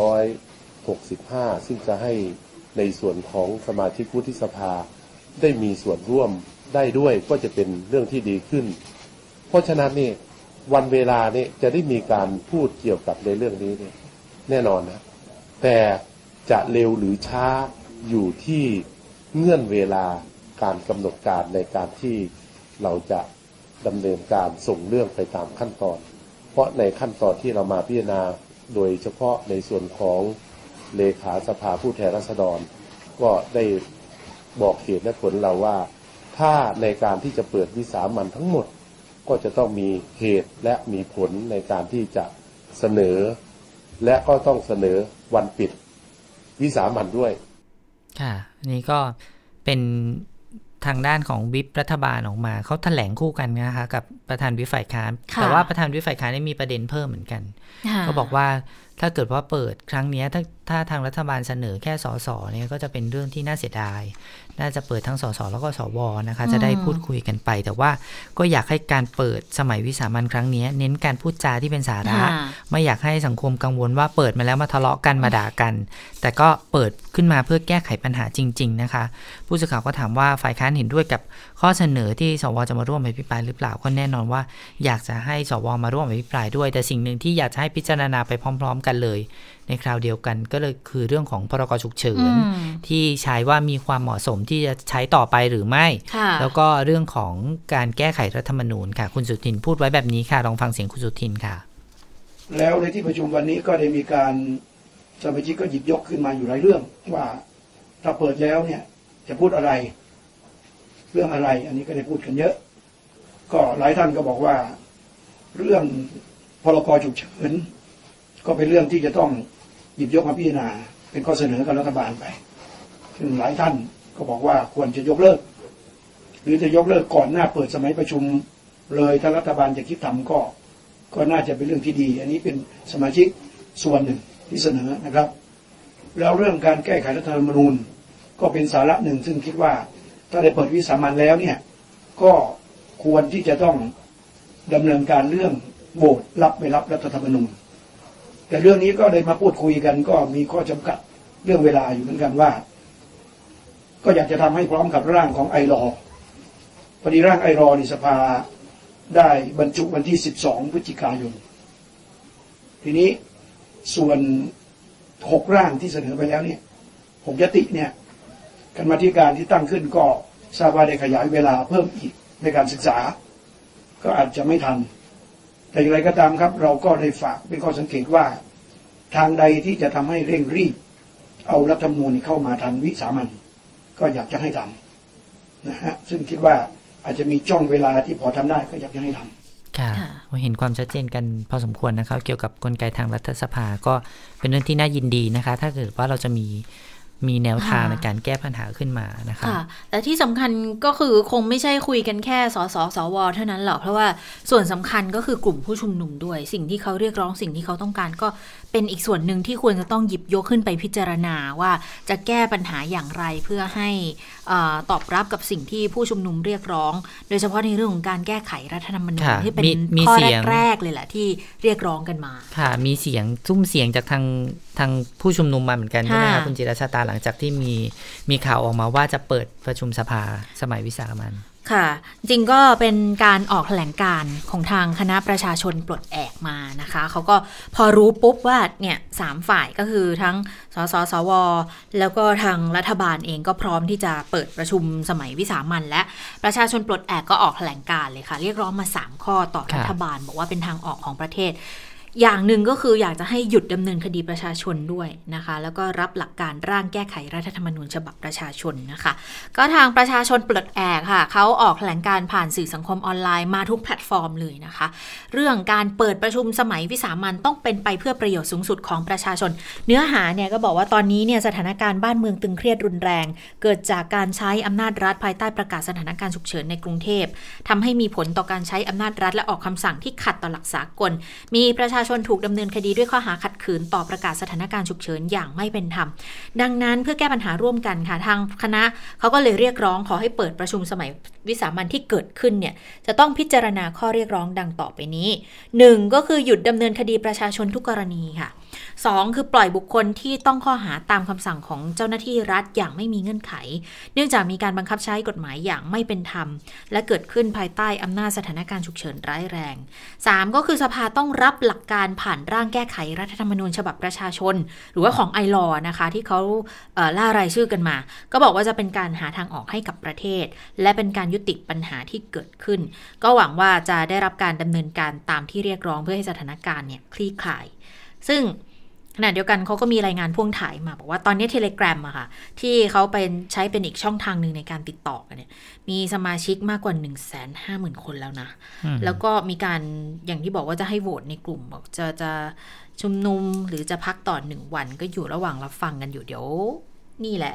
165ซึ่งจะให้ในส่วนของสมาชิกวุฒิสภาได้มีส่วนร่วมได้ด้วยก็จะเป็นเรื่องที่ดีขึ้นเพราะฉะนั้นนี่วันเวลานี่จะได้มีการพูดเกี่ยวกับในเรื่องนี้เนี่ยแน่นอนนะแต่จะเร็วหรือช้าอยู่ที่เงื่อนเวลาการกำหนดการในการที่เราจะดำเนินการส่งเรื่องไปตามขั้นตอนเพราะในขั้นตอนที่เรามาพิจารณาโดยเฉพาะในส่วนของเลขาสภาผู้แทนราษฎรก็ได้บอกเหตุและผลเราว่าถ้าในการที่จะเปิดวิสามัญทั้งหมดก็จะต้องมีเหตุและมีผลในการที่จะเสนอและก็ต้องเสนอวันปิดวิสามัญด้วยค่ะนี่ก็เป็นทางด้านของวิปรัฐบาลออกมาเขาแถลงคู่กันนะคะกับประธานวิปฝ่ายค้านแต่ว่าประธานวิปฝ่ายค้านมีประเด็นเพิ่มเหมือนกันก็บอกว่าถ้าเกิดว่าเปิดครั้งนี้ถ้าทางรัฐบาลเสนอแค่สสเนี่ยก็จะเป็นเรื่องที่น่าเสียดายน่าจะเปิดทั้งสสแล้วก็สวนะคะจะได้พูดคุยกันไปแต่ว่าก็อยากให้การเปิดสมัยวิสามัญครั้งนี้เน้นการพูดจาที่เป็นสาระไม่อยากให้สังคมกังวลว่าเปิดมาแล้วมาทะเลาะกันมาด่ากันแต่ก็เปิดขึ้นมาเพื่อแก้ไขปัญหาจริงๆนะคะผู้สื่อข่าวก็ถามว่าฝ่ายค้านเห็นด้วยกับข้อเสนอที่สวจะมาร่วมอภิปรายหรือเปล่าก็แน่นอนว่าอยากจะให้สวมาร่วมอภิปรายด้วยแต่สิ่งหนึ่งที่อยากจะให้พิจารณาไปพร้อมๆกันเลยในคราวเดียวกันก็เลยคือเรื่องของพรกฉุกเฉินที่ใช้ว่ามีความเหมาะสมที่จะใช้ต่อไปหรือไม่แล้วก็เรื่องของการแก้ไขรัฐธรรมนูญค่ะคุณสุทินพูดไว้แบบนี้ค่ะลองฟังเสียงคุณสุทินค่ะแล้วในที่ประชุมวันนี้ก็ได้มีการสมาชิกก็หยิบยกขึ้นมาอยู่หลายเรื่องว่าถ้าเปิดแล้วเนี่ยจะพูดอะไรเรื่องอะไรอันนี้ก็ได้พูดกันเยอะก็หลายท่านก็บอกว่าเรื่องพรกฉุกเฉินก็เป็นเรื่องที่จะต้องหยิบยกมาพิจารณาเป็นข้อเสนอกับรัฐบาลไปซึ่งหลายท่านก็บอกว่าควรจะยกเลิกหรือจะยกเลิกก่อนหน้าเปิดสมัยประชุมเลยถ้ารัฐบาลจะคิดทำก็น่าจะเป็นเรื่องที่ดีอันนี้เป็นสมาชิกส่วนหนึ่งที่เสนอนะครับแล้วเรื่องการแก้ไขรัฐธรรมนูญก็เป็นสาระหนึ่งซึ่งคิดว่าถ้าได้เปิดวิสามัญแล้วเนี่ยก็ควรที่จะต้องดำเนินการเรื่องโหวตรับไม่รับรัฐธรรมนูญแต่เรื่องนี้ก็ได้มาพูดคุยกันก็มีข้อจำกัดเรื่องเวลาอยู่เหมือนกันว่าก็อยากจะทำให้พร้อมกับร่างของไอรอพอดีร่างไอรอในสภาได้บรรจุวันที่12พฤศจิกายนทีนี้ส่วน6ร่างที่เสนอไปแล้วเนี่ย6ยติเนี่ยกรรมาธิการที่ตั้งขึ้นก็ทราบว่าได้ขยายเวลาเพิ่มอีกในการศึกษาก็อาจจะไม่ทันแต่อย่างไรก็ตามครับเราก็ได้ฝากเป็นข้อสังเกตว่าทางใดที่จะทำให้เร่งรีบเอารัฐธรรมนูญเข้ามาทันวิสามัญก็อยากจะให้ทำนะฮะซึ่งคิดว่าอาจจะมีช่องเวลาที่พอทำได้ก็อยากจะให้ทำค่ะเห็นความชัดเจนกันพอสมควรนะครับเกี่ยวกับกลไกทางรัฐสภาก็เป็นเรื่องที่น่ายินดีนะคะถ้าเกิดว่าเราจะมีแนวทางในการแก้ปัญหาขึ้นมานะคะแต่ที่สำคัญก็คือคงไม่ใช่คุยกันแค่สสสวเท่านั้นหรอกเพราะว่าส่วนสำคัญก็คือกลุ่มผู้ชุมนุมด้วยสิ่งที่เขาเรียกร้องสิ่งที่เขาต้องการก็เป็นอีกส่วนหนึ่งที่ควรจะต้องหยิบยกขึ้นไปพิจารณาว่าจะแก้ปัญหาอย่างไรเพื่อให้ตอบรับกับสิ่งที่ผู้ชุมนุมเรียกร้องโดยเฉพาะในเรื่องของการแก้ไขรัฐธรรมนูญที่เป็นข้อแรกๆเลยแหละที่เรียกร้องกันมาค่ะมีเสียงซุ้มเสียงจากทางผู้ชุมนุมมาเหมือนกันใช่ไหมคะคุณจิรชาตาหลังจากที่มีข่าวออกมาว่าจะเปิดประชุมสภาสมัยวิสามัญค่ะจริงก็เป็นการออกแถลงการณ์ของทางคณะประชาชนปลดแอกมานะคะเขาก็พอรู้ปุ๊บว่าเนี่ย3ฝ่ายก็คือทั้งสสสวแล้วก็ทางรัฐบาลเองก็พร้อมที่จะเปิดประชุมสมัยวิสามัญและประชาชนปลดแอกก็ออกแถลงการณ์เลยค่ะเรียกร้องมา3ข้อต่อรัฐบาลบอกว่าเป็นทางออกของประเทศอย่างหนึ่งก็คืออยากจะให้หยุดดำเนินคดีประชาชนด้วยนะคะแล้วก็รับหลักการร่างแก้ไขรัฐธรรมนูญฉบับประชาชนนะคะก็ทางประชาชนปลดแอกค่ะเขาออกแถลงการผ่านสื่อสังคมออนไลน์มาทุกแพลตฟอร์มเลยนะคะเรื่องการเปิดประชุมสมัยวิสามัญต้องเป็นไปเพื่อประโยชน์สูงสุดของประชาชนเนื้อหาเนี่ยก็บอกว่าตอนนี้เนี่ยสถานการณ์บ้านเมืองตึงเครียดรุนแรงเกิดจากการใช้อำนาจรัฐภายใต้ประกาศสถานการณ์ฉุกเฉินในกรุงเทพทำให้มีผลต่อการใช้อำนาจรัฐและออกคำสั่งที่ขัดต่อหลักสากลมีประชาชนถูกดำเนินคดีด้วยข้อหาขัดขืนต่อประกาศสถานการณ์ฉุกเฉินอย่างไม่เป็นธรรมดังนั้นเพื่อแก้ปัญหาร่วมกันค่ะทางคณะเขาก็เลยเรียกร้องขอให้เปิดประชุมสมัยวิสามัญที่เกิดขึ้นเนี่ยจะต้องพิจารณาข้อเรียกร้องดังต่อไปนี้ 1. ก็คือหยุดดำเนินคดีประชาชนทุกกรณีค่ะ 2. คือปล่อยบุคคลที่ต้องข้อหาตามคำสั่งของเจ้าหน้าที่รัฐอย่างไม่มีเงื่อนไขเนื่องจากมีการบังคับใช้กฎหมายอย่างไม่เป็นธรรมและเกิดขึ้นภายใต้อำนาจสถานการณ์ฉุกเฉินร้ายแรง 3. ก็คือสภาต้องรับหลักการผ่านร่างแก้ไขรัฐธรรมนูญฉบับประชาชนหรือว่าของไอลอนะคะที่เขาล่ารายชื่อกันมาก็บอกว่าจะเป็นการหาทางออกให้กับประเทศและเป็นการยุติปัญหาที่เกิดขึ้นก็หวังว่าจะได้รับการดำเนินการตามที่เรียกร้องเพื่อให้สถานการณ์เนี่ยคลี่คลายซึ่งขณะเดียวกันเขาก็มีรายงานพ่วงถ่ายมาบอกว่าตอนนี้ Telegram อะค่ะที่เขาใช้เป็นอีกช่องทางหนึ่งในการติดต่อกันเนี่ยมีสมาชิกมากกว่า 150,000 คนแล้วนะแล้วก็มีการอย่างที่บอกว่าจะให้โหวตในกลุ่มบอกจะชุมนุมหรือจะพักต่อ1วันก็อยู่ระหว่างรับฟังกันอยู่เดี๋ยวนี่แหละ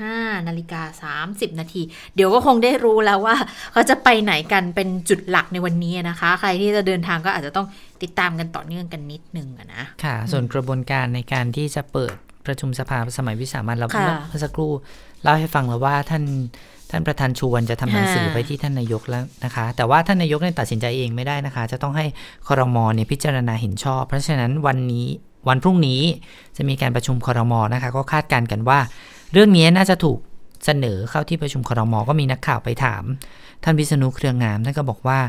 15:30 นาทีเดี๋ยวก็คงได้รู้แล้วว่าเขาจะไปไหนกันเป็นจุดหลักในวันนี้นะคะใครที่จะเดินทางก็อาจจะต้องติดตามกันต่อเนื่องกันนิดนึงนะค่ะส่วนกระบวนการในการที่จะเปิดประชุมสภาสมัยวิสามัญเราเมื่อสักครู่เล่าให้ฟังแล้วว่าท่านประธานชวนจะทำหนังสือไปที่ท่านนายกแล้วนะคะแต่ว่าท่านนายกเนี่ยตัดสินใจเองไม่ได้นะคะจะต้องให้ครม.เนี่ยพิจารณาเห็นชอบเพราะฉะนั้นวันพรุ่งนี้จะมีการประชุมครม.นะคะก็คาดการณ์กันว่าเรื่องนี้น่าจะถูกเสนอเข้าที่ประชุมครม.ก็มีนักข่าวไปถามท่านวิษณุเครืองามท่านก็บอกว่า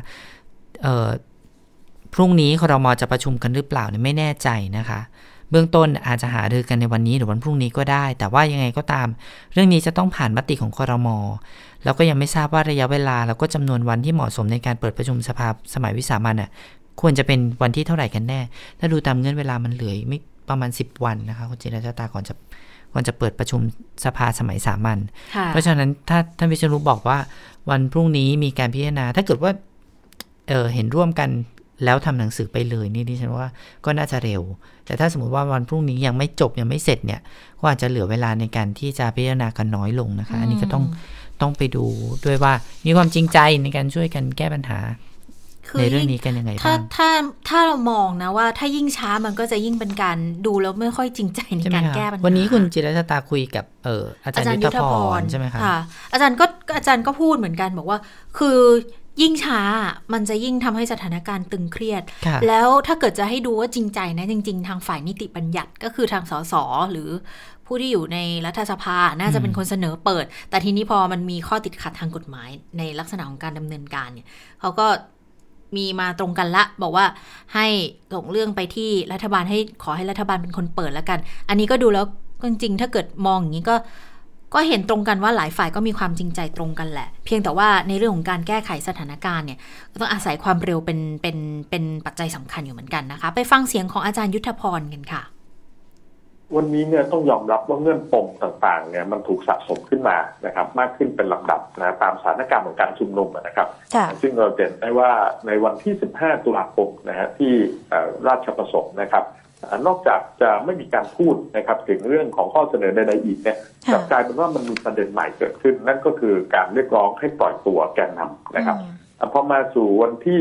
พรุ่งนี้ครม.จะประชุมกันหรือเปล่าเนี่ยไม่แน่ใจนะคะเบื้องต้นอาจจะหารือกันในวันนี้หรือวันพรุ่งนี้ก็ได้แต่ว่ายังไงก็ตามเรื่องนี้จะต้องผ่านมติของครม.แล้วก็ยังไม่ทราบว่าระยะเวลาแล้วก็จำนวนวันที่เหมาะสมในการเปิดประชุมสภาสมัยวิสามัญน่ะควรจะเป็นวันที่เท่าไหร่กันแน่ถ้าดูตามเงื่อนเวลามันเหลือไม่ประมาณ10วันนะคะคุณจิรชาตาก่อนจะเปิดประชุมสภาสมัยสามัญเพราะฉะนั้นถ้าท่านวิษณุบอกว่าวันพรุ่งนี้มีการพิจารณาถ้าเกิดว่าเห็นร่วมกันแล้วทำหนังสือไปเลยนี่ดิฉันว่าก็น่าจะเร็วแต่ถ้าสมมติว่าวันพรุ่งนี้ยังไม่จบยังไม่เสร็จเนี่ยก็อาจจะเหลือเวลาในการที่จะพิจารณากันน้อยลงนะคะอันนี้ก็ต้องไปดูด้วยว่ามีความจริงใจในการช่วยกันแก้ปัญหาในเรื่องนี้กันยังไงบ้างถ้าเรามองนะว่าถ้ายิ่งช้ามันก็จะยิ่งเป็นการดูแล้วไม่ค่อยจริงใจในการแก้ปัญหาวันนี้คุณจิรชาตาคุยกับอาจารย์ยุทธพรใช่ไหมคะอาจารย์ก็พูดเหมือนกันบอกว่าคือยิ่งช้ามันจะยิ่งทำให้สถานการณ์ตึงเครียดแล้วถ้าเกิดจะให้ดูว่าจริงใจนะจริงๆทางฝ่ายนิติบัญญัติก็คือทางสสหรือผู้ที่อยู่ในรัฐสภาน่าจะเป็นคนเสนอเปิดแต่ทีนี้พอมันมีข้อติดขัดทางกฎหมายในลักษณะของการดำเนินการเนี่ยเขาก็มีมาตรงกันละบอกว่าให้ส่งเรื่องไปที่รัฐบาลให้ขอให้รัฐบาลเป็นคนเปิดแล้วกันอันนี้ก็ดูแล้วจริงๆถ้าเกิดมองอย่างนี้ก็เห็นตรงกันว่าหลายฝ่ายก็มีความจริงใจตรงกันแหละเพียงแต่ว่าในเรื่องของการแก้ไขสถานการณ์เนี่ยก็ต้องอาศัยความเร็วเป็นปัจจัยสำคัญอยู่เหมือนกันนะคะไปฟังเสียงของอาจารย์ยุทธพรกันค่ะวันนี้เนี่ยต้องยอมรับว่าเงื่อนปมต่างๆเนี่ยมันถูกสะสมขึ้นมานะครับมากขึ้นเป็นลำดับนะตามสถานการณ์ของการชุมนุมนะครับซึ่งเราเห็นได้ว่าในวันที่15ตุลาคมนะฮะที่ราชประสงค์นะครับนอกจากจะไม่มีการพูดนะครับถึงเรื่องของข้อเสนอใดๆอีกเนี่ยกลับกลายเป็นว่ามันมีประเด็นใหม่เกิดขึ้นนั่นก็คือการเรียกร้องให้ปล่อยตัวแกนนำนะครับพอมาสู่วันที่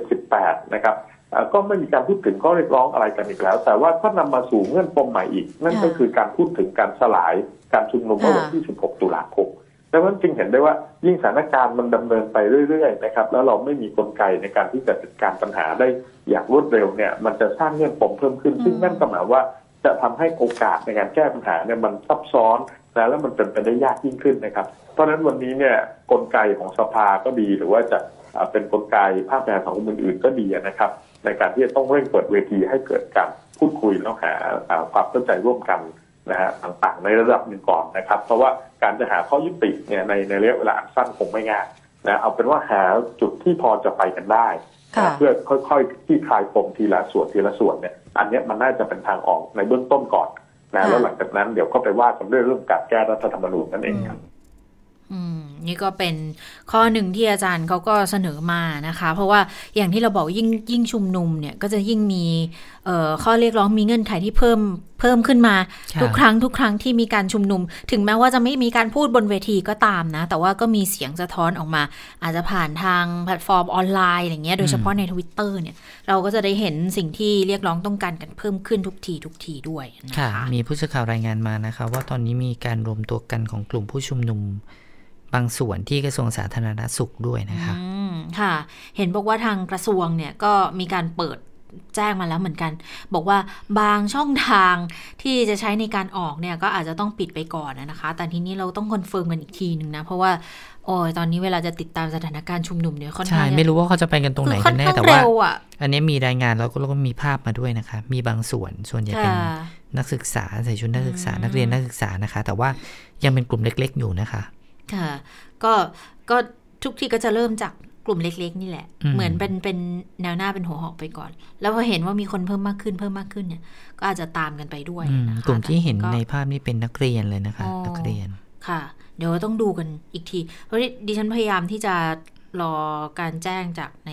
17-18นะครับก็ไม่มีการพูดถึงข้อเรียกร้องอะไรกันอีกแล้วแต่ว่าก็นำมาสู่เงื่อนปมใหม่อีกนั่นก็คือการพูดถึงการสลายการชุมนุมเมื่อวันที่16ตุลาคมดังนั้นจึงเห็นได้ว่ายิ่งสถานการณ์มันดำเนินไปเรื่อยๆนะครับแล้วเราไม่มีกลไกในการที่จะจัดการปัญหาได้อย่างรวดเร็วเนี่ยมันจะสร้างเงื่อนปมเพิ่มขึ้นซึ่งนั่นก็หมายว่าจะทำให้โอกาสในการแก้ปัญหาเนี่ยมันซับซ้อนนะแล้วมันเป็นไปได้ยากยิ่งขึ้นนะครับเพราะฉะนั้นวันนี้เนี่ยกลไกของสภาก็ดีหรือว่าจะเป็นกลไกภาคการสังคมอื่นๆก็ดีนะครับในการที่จะต้องเร่งเปิดเวทีให้เกิดการพูดคุยแล้วหาความเข้าใจร่วมกันนะฮะต่างๆในระดับหนึ่งก่อนนะครับเพราะว่าการจะหาข้อยุติเนี่ยในระยะเวลาสั้นคงไม่ง่ายนะเอาเป็นว่าหาจุดที่พอจะไปกันได้เพื่อค่อยๆที่คลายปมทีละส่วนเนี่ยอันนี้มันน่าจะเป็นทางออกในเบื้องต้นก่อนนะแล้วหลังจากนั้นเดี๋ยวก็ไปว่ากันเรื่องการแก้รัฐธรรมนูญนั่นเองครับนี่ก็เป็นข้อหนึ่งที่อาจารย์เขาก็เสนอมานะคะเพราะว่าอย่างที่เราบอกยิ่งชุมนุมเนี่ยก็จะยิ่งมีข้อเรียกร้องมีเงื่อนไขที่เพิ่มขึ้นมาทุกครั้งที่มีการชุมนุมถึงแม้ว่าจะไม่มีการพูดบนเวทีก็ตามนะแต่ว่าก็มีเสียงสะท้อนออกมาอาจจะผ่านทางแพลตฟอร์มออนไลน์อย่างเงี้ยโดยเฉพาะใน Twitter เนี่ยเราก็จะได้เห็นสิ่งที่เรียกร้องต้องการกันเพิ่มขึ้นทุกทีด้วยนะคะมีผู้สื่อข่าวรายงานมานะคะว่าตอนนี้มีการรวมตัวกันของกลุ่มผู้ชุมนุมบางส่วนที่กระทรวงสาธารณสุขด้วยนะคะค่ะเห็นบอกว่าทางกระทรวงเนี่ยก็มีการเปิดแจ้งมาแล้วเหมือนกันบอกว่าบางช่องทางที่จะใช้ในการออกเนี่ยก็อาจจะต้องปิดไปก่อนนะคะแต่ทีนี้เราต้องคอนเฟิร์มกันอีกทีนึงนะเพราะว่าตอนนี้เวลาจะติดตามสถานการณ์ชุมนุมเนี่ยค่อนข้างไม่รู้ว่าเขาจะไปกันตรงไหนกันแน่แต่ว่าอันนี้มีรายงานแล้วก็มีภาพมาด้วยนะคะมีบางส่วนใหญ่เป็นนักศึกษาใส่ชุดนักศึกษานักเรียนนักศึกษานะคะแต่ว่ายังเป็นกลุ่มเล็กๆอยู่นะคะค่ะก็ทุกทีก็จะเริ่มจากกลุ่มเล็กๆนี่แหละเหมือนเป็นแนวหน้าเป็นหัวหอกไปก่อนแล้วพอเห็นว่ามีคนเพิ่มมากขึ้นเนี่ยก็อาจจะตามกันไปด้วยนะคะกลุ่มที่เห็นในภาพนี้เป็นนักเรียนเลยนะคะนักเรียนค่ะเดี๋ยวต้องดูกันอีกทีเพราะดิฉันพยายามที่จะรอการแจ้งจากใน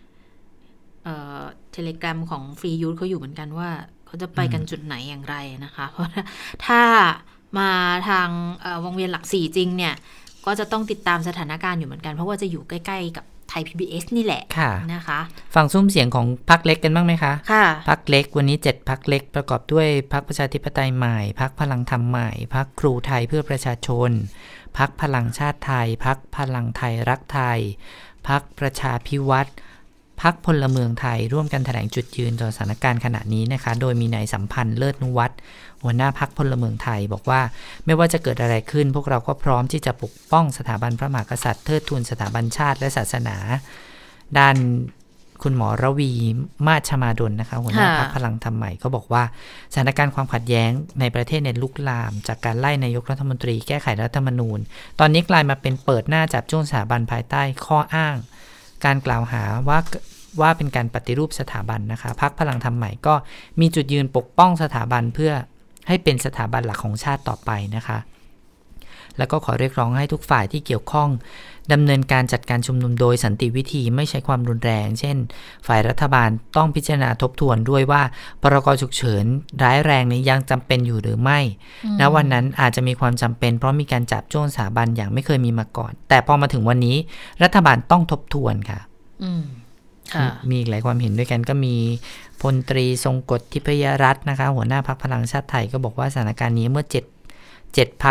Telegram ของ Free Youth เขาอยู่เหมือนกันว่าเขาจะไปกันจุดไหนอย่างไรนะคะเพราะถ้ามาทางวงเวียนหลัก4จริงเนี่ยก็จะต้องติดตามสถานการณ์อยู่เหมือนกันเพราะว่าจะอยู่ใกล้ๆกับไทย PBS นี่แหละนะคะฟังซุ้มเสียงของพรรคเล็กกันบ้างไหมคะค่ะพรรคเล็กวันนี้7พรรคเล็กประกอบด้วยพรรคประชาธิปไตยใหม่พรรคพลังธรรมใหม่พรรคครูไทยเพื่อประชาชนพรรคพลังชาติไทยพรรคพลังไทยรักไทยพรรคประชาพิวัตรพรรคพลเมืองไทยร่วมกันแถลงจุดยืนต่อสถานการณ์ขณะนี้นะคะโดยมีนายสัมพันธ์เลิศนุวัฒน์หัวหน้าพรรคพลเมืองไทยบอกว่าไม่ว่าจะเกิดอะไรขึ้นพวกเราก็พร้อมที่จะปกป้องสถาบันพระมหากษัตริย์เทิดทูนสถาบันชาติและศาสนาด้านคุณหมอระวีมาชมาดลนะคะหัวหน้าพรรคพลังธรรมใหม่ก็บอกว่าสถานการณ์ความขัดแย้งในประเทศเนี่ยลุกลามจากการไล่นายกรัฐมนตรีแก้ไขรัฐธรรมนูญตอนนี้กลายมาเป็นเปิดหน้าจับจ้วงสถาบันภายใต้ข้ออ้างการกล่าวหาว่าเป็นการปฏิรูปสถาบันนะคะพรรคพลังธรรมใหม่ก็มีจุดยืนปกป้องสถาบันเพื่อให้เป็นสถาบันหลักของชาติต่อไปนะคะแล้วก็ขอเรียกร้องให้ทุกฝ่ายที่เกี่ยวข้องดำเนินการจัดการชุมนุมโดยสันติวิธีไม่ใช้ความรุนแรงเช่นฝ่ายรัฐบาลต้องพิจารณาทบทวนด้วยว่าพรก.ฉุกเฉินร้ายแรงนี้ยังจำเป็นอยู่หรือไม่ณวันนั้นอาจจะมีความจำเป็นเพราะมีการจับจ้วงสถาบันอย่างไม่เคยมีมาก่อนแต่พอมาถึงวันนี้รัฐบาลต้องทบทวนค่ะมีหลายความเห็นด้วยกันก็มีพลตรีทรงกฎทิพยรัตน์นะคะหัวหน้าพรรคพลังชาติไทยก็บอกว่าสถานการณ์นี้เมื่อ7พรรค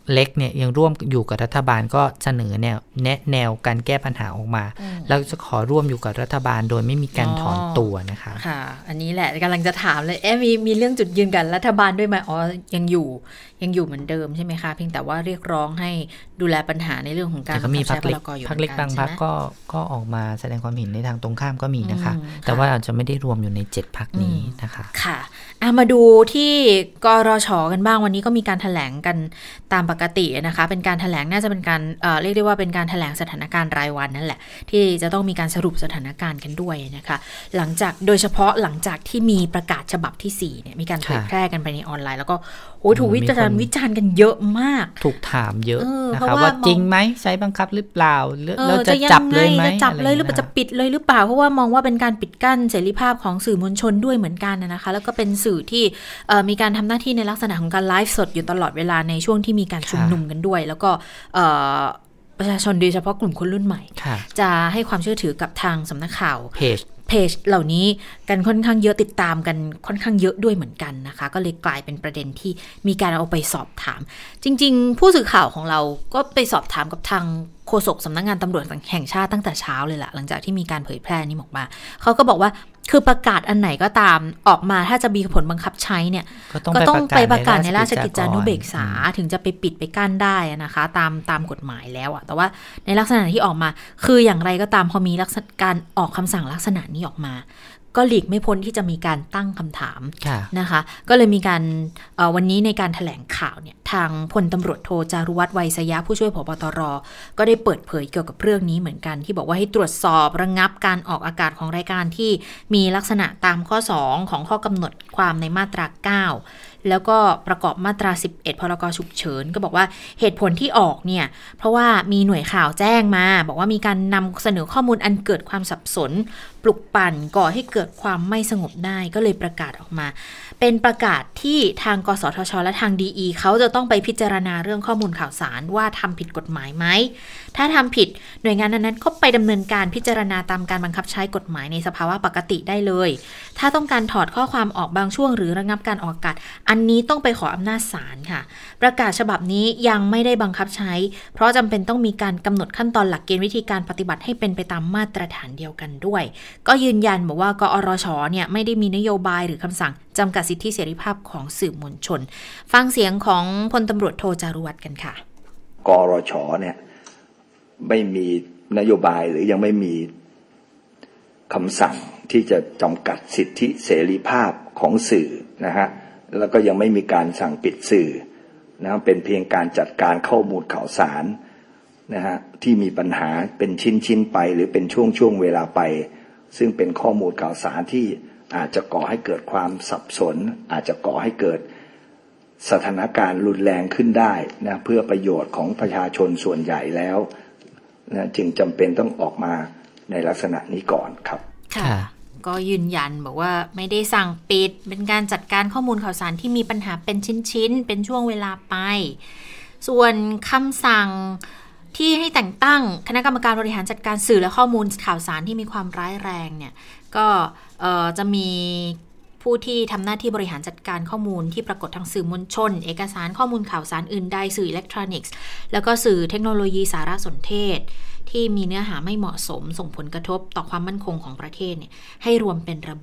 เล็กเนี่ยยังร่วมอยู่กับรัฐบาลก็เสนอแนวการแก้ปัญหาออกมาแล้วจะขอร่วมอยู่กับรัฐบาลโดยไม่มีการถอนตัวนะคะค่ะอันนี้แหละกำลังจะถามเลยมีเรื่องจุดยืนกันรัฐบาลด้วยไหมยังอยู่เหมือนเดิมใช่ไหมคะเพียงแต่ว่าเรียกร้องให้ดูแลปัญหาในเรื่องของการใช้พรรคเล็กบางพรรคก็ออกมาแสดงความเห็นในทางตรงข้ามก็มีนะคะแต่ว่าอาจจะไม่ได้รวมอยู่ใน7พรรคนี้นะคะค่ะมาดูที่กรช.กันบ้างวันนี้ก็มีการแถลงกันตามปกตินะคะเป็นการแถลงน่าจะเป็นการเรียกได้ว่าเป็นการแถลงสถานการณ์รายวันนั่นแหละที่จะต้องมีการสรุปสถานการณ์กันด้วยนะคะโดยเฉพาะหลังจากที่มีประกาศฉบับที่4เนี่ยมีการเผยแพร่กันไปในออนไลน์แล้วก็ถูกวิจารณ์กันเยอะมากถูกถามเยอะนะคะว่าจริงไหมใช้บังคับหรือเปล่าแล้วจะจับเลยไหมจะจับเลยหรือจะปิดเลยหรือเปล่าเพราะว่ามองว่าเป็นการปิดกั้นเสรีภาพของสื่อมวลชนด้วยเหมือนกันนะคะแล้วก็เป็นสื่อที่มีการทำหน้าที่ในลักษณะของการไลฟ์สดอยู่ตลอดเวลาในช่วงที่มีการชุมนุมกันด้วยแล้วก็ประชาชนโดยเฉพาะกลุ่มคนรุ่นใหม่จะให้ความเชื่อถือกับทางสำนักข่าวเพจเหล่านี้กันค่อนข้างเยอะติดตามกันค่อนข้างเยอะด้วยเหมือนกันนะคะก็เลยกลายเป็นประเด็นที่มีการเอาไปสอบถามจริงๆผู้สื่อข่าวของเราก็ไปสอบถามกับทางโฆษกสำนักงานตำรวจแห่งชาติตั้งแต่เช้าเลยล่ะหลังจากที่มีการเผยแพร่นี้ออกมาเขาก็บอกว่าคือประกาศอันไหนก็ตามออกมาถ้าจะมีผลบังคับใช้เนี่ยก็ต้องไปประกาศในราชกิจจานุเบกษาถึงจะไปปิดไปกั้นได้นะคะตามกฎหมายแล้วแต่ว่าในลักษณะที่ออกมาคืออย่างไรก็ตามพอมีการออกคำสั่งลักษณะนี้ออกมาก็หลีกไม่พ้นที่จะมีการตั้งคำถามนะคะก็เลยมีการวันนี้ในการแถลงข่าวเนี่ยทางพลตำรวจโทจารุวัฒน์ไวยสยะผู้ช่วยผบ.ตร.ก็ได้เปิดเผยเกี่ยวกับเรื่องนี้เหมือนกันที่บอกว่าให้ตรวจสอบระงับการออกอากาศของรายการที่มีลักษณะตามข้อ2ของข้อกำหนดความในมาตรา9แล้วก็ประกอบมาตรา11พรก.ฉุกเฉินก็บอกว่าเหตุผลที่ออกเนี่ยเพราะว่ามีหน่วยข่าวแจ้งมาบอกว่ามีการนำเสนอข้อมูลอันเกิดความสับสนปลุกปั่นก่อให้เกิดความไม่สงบได้ก็เลยประกาศออกมาเป็นประกาศที่ทางกสทช.และทางดี.เขาจะต้องไปพิจารณาเรื่องข้อมูลข่าวสารว่าทำผิดกฎหมายไหมถ้าทำผิดหน่วยงานนั้นก็ไปดำเนินการพิจารณาตามการบังคับใช้กฎหมายในสภาวะปกติได้เลยถ้าต้องการถอดข้อความออกบางช่วงหรือระงับการออกอากาศอันนี้ต้องไปขออำนาจศาลค่ะประกาศฉบับนี้ยังไม่ได้บังคับใช้เพราะจำเป็นต้องมีการกำหนดขั้นตอนหลักเกณฑ์วิธีการปฏิบัติให้เป็นไปตามมาตรฐานเดียวกันด้วยก็ยืนยันบอกว่ากอรช.เนี่ยไม่ได้มีนโยบายหรือคำสั่งจำกัดสิทธิเสรีภาพของสื่อมวลชนฟังเสียงของพลตำรวจโทจารุวัฒน์กันค่ะกรช.เนี่ยไม่มีนโยบายหรือยังไม่มีคำสั่งที่จะจำกัดสิทธิเสรีภาพของสื่อนะฮะแล้วก็ยังไม่มีการสั่งปิดสื่อนะเป็นเพียงการจัดการข้อมูลข่าวสารนะฮะที่มีปัญหาเป็นชิ้นๆไปหรือเป็นช่วงเวลาไปซึ่งเป็นข้อมูลข่าวสารที่อาจจะก่อให้เกิดความสับสนอาจจะก่อให้เกิดสถานการณ์รุนแรงขึ้นได้นะเพื่อประโยชน์ของประชาชนส่วนใหญ่แล้วนะจึงจำเป็นต้องออกมาในลักษณะนี้ก่อนครับค่ะก็ยืนยันบอกว่าไม่ได้สั่งปิดเป็นการจัดการข้อมูลข่าวสารที่มีปัญหาเป็นชิ้นๆเป็นช่วงเวลาไปส่วนคำสั่งที่ให้แต่งตั้งคณะกรรมการบริหารจัดการสื่อและข้อมูลข่าวสารที่มีความร้ายแรงเนี่ยก็จะมีผู้ที่ทำหน้าที่บริหารจัดการข้อมูลที่ปรากฏทางสื่อมวลชนเอกสารข้อมูลข่าวสารอื่นใดสื่ออิเล็กทรอนิกส์แล้วก็สื่อเทคโนโลยีสารสนเทศที่มีเนื้อหาไม่เหมาะสมส่งผลกระทบต่อความมั่นคงของประเทศเนี่ยให้รวมเป็นระบบ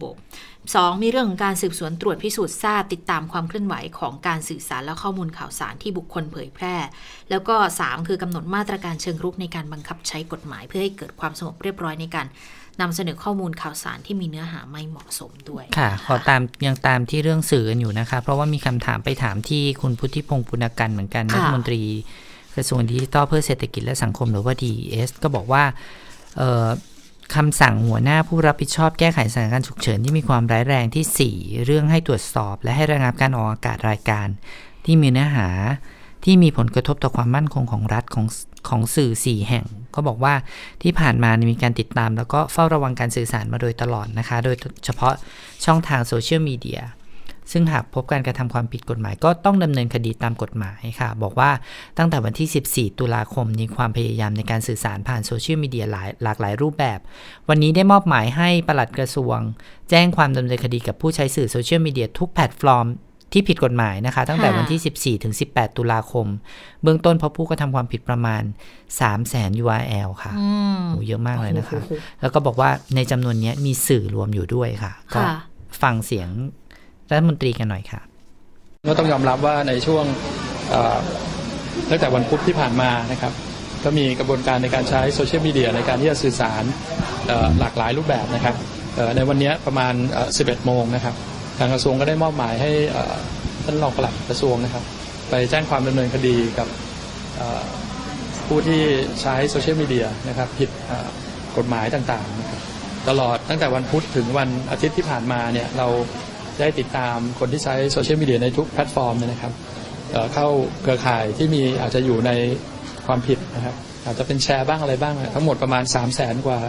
2. มีเรื่องของการสืบสวนตรวจพิสูจน์ทราบติดตามความเคลื่อนไหวของการสื่อสารและข้อมูลข่าวสารที่บุคคลเผยแพร่แล้วก็ 3. คือกำหนดมาตรการเชิงรุกในการบังคับใช้กฎหมายเพื่อให้เกิดความสงบเรียบร้อยในการนำเสนอข้อมูลข่าวสารที่มีเนื้อหาไม่เหมาะสมด้วยค่ะขอยังตามที่เรื่องสื่อกันอยู่นะคะเพราะว่ามีคำถามไปถามที่คุณพุทธิพงษ์ปุณกันเหมือนกันรัฐมนตรีกระทรวงดิจิทัลเพื่อเศรษฐกิจและสังคมหรือว่า DES ก็บอกว่าคำสั่งหัวหน้าผู้รับผิดชอบแก้ไขสถานการณ์ฉุกเฉินที่มีความร้ายแรงที่4เรื่องให้ตรวจสอบและให้ระงับการออกอากาศรายการที่มีเนื้อหาที่มีผลกระทบต่อความมั่นคงของรัฐของสื่อ4แห่งก็บอกว่าที่ผ่านมามีการติดตามแล้วก็เฝ้าระวังการสื่อสารมาโดยตลอดนะคะโดยเฉพาะช่องทางโซเชียลมีเดียซึ่งหากพบการกระทำความผิดกฎหมายก็ต้องดำเนินคดีตามกฎหมายค่ะบอกว่าตั้งแต่วันที่14ตุลาคมมีความพยายามในการสื่อสารผ่านโซเชียลมีเดียหลากหลายรูปแบบวันนี้ได้มอบหมายให้ปลัดกระทรวงแจ้งความดำเนินคดีกับผู้ใช้สื่อโซเชียลมีเดียทุกแพลตฟอร์มที่ผิดกฎหมายนะคะตั้งแต่วันที่14ถึง18ตุลาคมเบื้องต้นพบผู้กระทำความผิดประมาณ 300,000 URL ค่ะโหเยอะมากเลยนะคะแล้วก็บอกว่าในจำนวนนี้มีสื่อรวมอยู่ด้วยค่ะก็ฟังเสียงรัฐมนตรีกันหน่อยค่ะก็ต้องยอมรับว่าในช่วงตั้งแต่วันพุธที่ผ่านมานะครับก็มีกระบวนการในการใช้โซเชียลมีเดียในการที่จะสื่อสารหลากหลายรูปแบบนะครับในวันนี้ประมาณ 11 โมงนะครับทางกระทรวงก็ได้มอบหมายให้ท่านรองปลัดกระทรวงนะครับไปแจ้งความดำเนินคดีกับผู้ที่ใช้โซเชียลมีเดียนะครับผิดกฎหมายต่างๆนะครับตลอดตั้งแต่วันพุธถึงวันอาทิตย์ที่ผ่านมาเนี่ยเราได้ติดตามคนที่ใช้โซเชียลมีเดียในทุกแพลตฟอร์มนะครับเข้าเครือข่ายที่มีอาจจะอยู่ในความผิดนะครับอาจจะเป็นแชร์บ้างอะไรบ้างทั้งหมดประมาณ 300,000 กว่า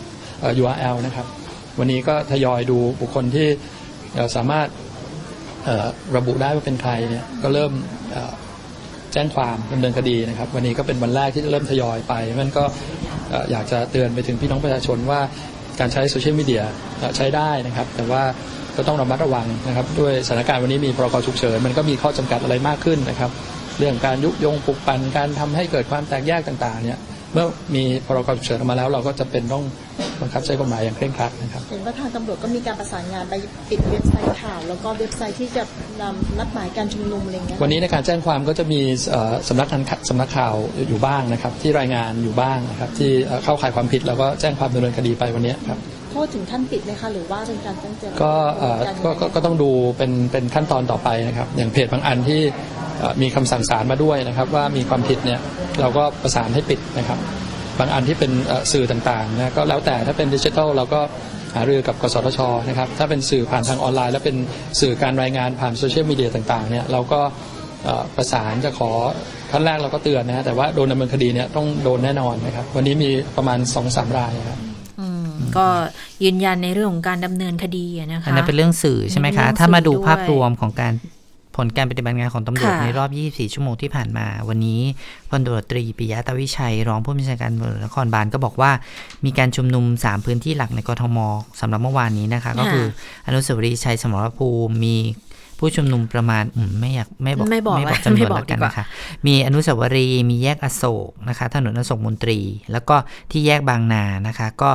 URL นะครับวันนี้ก็ทยอยดูบุคคลที่สามารถระบุได้ว่าเป็นใครเนี่ยก็เริ่มแจ้งความดำเนินคดีนะครับวันนี้ก็เป็นวันแรกที่เริ่มทยอยไปมันก็อยากจะเตือนไปถึงพี่น้องประชาชนว่าการใช้โซเชียลมีเดียใช้ได้นะครับแต่ว่าก็ต้องระมัดระวังนะครับด้วยสถานการณ์วันนี้มีพรก.ฉุกเฉินมันก็มีข้อจำกัดอะไรมากขึ้นนะครับเรื่องการยุยงปลุกปั่นการทำให้เกิดความแตกแยกต่างๆเนี่ยเมื่อมีพรก.ฉุกเฉินออกมาแล้วเราก็จะเป็นต้องบังคับใช้กฎหมายอย่างเคร่งครัดนะครับเห็นว่าทางตำรวจก็มีการประสานงานไปปิดเว็บไซต์ข่าวแล้วก็เว็บไซต์ที่จะนำนัดหมายการชุมนุมอะไรเงี้ยวันนี้ในการแจ้งความก็จะมีสำนักข่าวอยู่บ้างนะครับที่รายงานอยู่บ้างนะครับที่เข้าข่ายความผิดแล้วก็แจ้งความดำเนินคดีไปวันนี้ครับโทษถึงขั้นปิดไหมคะหรือว่าเป็นการแจ้งเตือนก็ต้องดูเป็นขั้นตอนต่อไปนะครับอย่างเพจบางอันที่มีคำสั่งศาลมาด้วยนะครับว่ามีความผิดเนี่ยเราก็ประสานให้ปิดนะครับบางอันที่เป็นสื่อต่างๆนะก็แล้วแต่ถ้าเป็นดิจิทัลเราก็หารือกับกสทชนะครับถ้าเป็นสื่อผ่านทางออนไลน์และเป็นสื่อการรายงานผ่านโซเชียลมีเดียต่างๆเนี่ยเราก็ประสานจะขอขั้นแรกเราก็เตือนนะแต่ว่าโดนดำเนินคดีเนี่ยต้องโดนแน่นอนนะครับวันนี้มีประมาณ 2-3 รายครับก็ยืนยันในเรื่องของการดำเนินคดีนะคะอันนั้นเป็นเรื่องสื่อใช่ไหมคะถ้ามาดูภาพรวมของการผลการปฏิบัติงานของตำรวจในรอบ24ชั่วโมงที่ผ่านมาวันนี้พลตำรวจตรีปิยะตาวิชัยรองผู้บัญชาการตำรวจนครบาลก็บอกว่ามีการชุมนุม3พื้นที่หลักในกทมสำหรับเมื่อวานนี้นะคะก็คืออนุสาวรีย์ชัยสมรภูมิมีผู้ชุมนุมประมาณไม่บอกจำนวนแล้วกันนะคะมีอนุสาวรีย์มีแยกอโศกนะคะถนนอโศกมนตรีแล้วก็ที่แยกบางนานะคะก็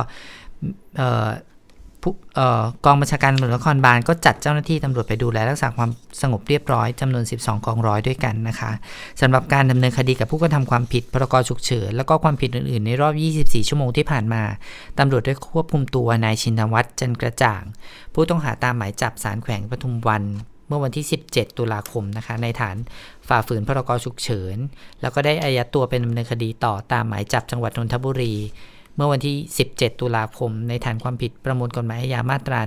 กองบัญชาการตำรวจนครบาลก็จัดเจ้าหน้าที่ตำรวจไปดูแลรักษาความสงบเรียบร้อยจำนวน12กองร้อยด้วยกันนะคะสำหรับการดำเนินคดีกับผู้กระทำความผิดพรก.ฉุกเฉินแล้วก็ความผิดอื่นๆในรอบ24ชั่วโมงที่ผ่านมาตำรวจได้ควบคุมตัวนายชินวัตรจันกระจ่างผู้ต้องหาตามหมายจับศาลแขวงปทุมวันเมื่อวันที่17ตุลาคมนะคะในฐานฝ่าฝืนพรก.ฉุกเฉินแล้วก็ได้อายัดตัวเป็นดำเนินคดีต่อตามหมายจับจังหวัดนนทบุรีเมื่อวันที่17ตุลาคมในฐานความผิดประมวลกฎหมายอาญามาตรา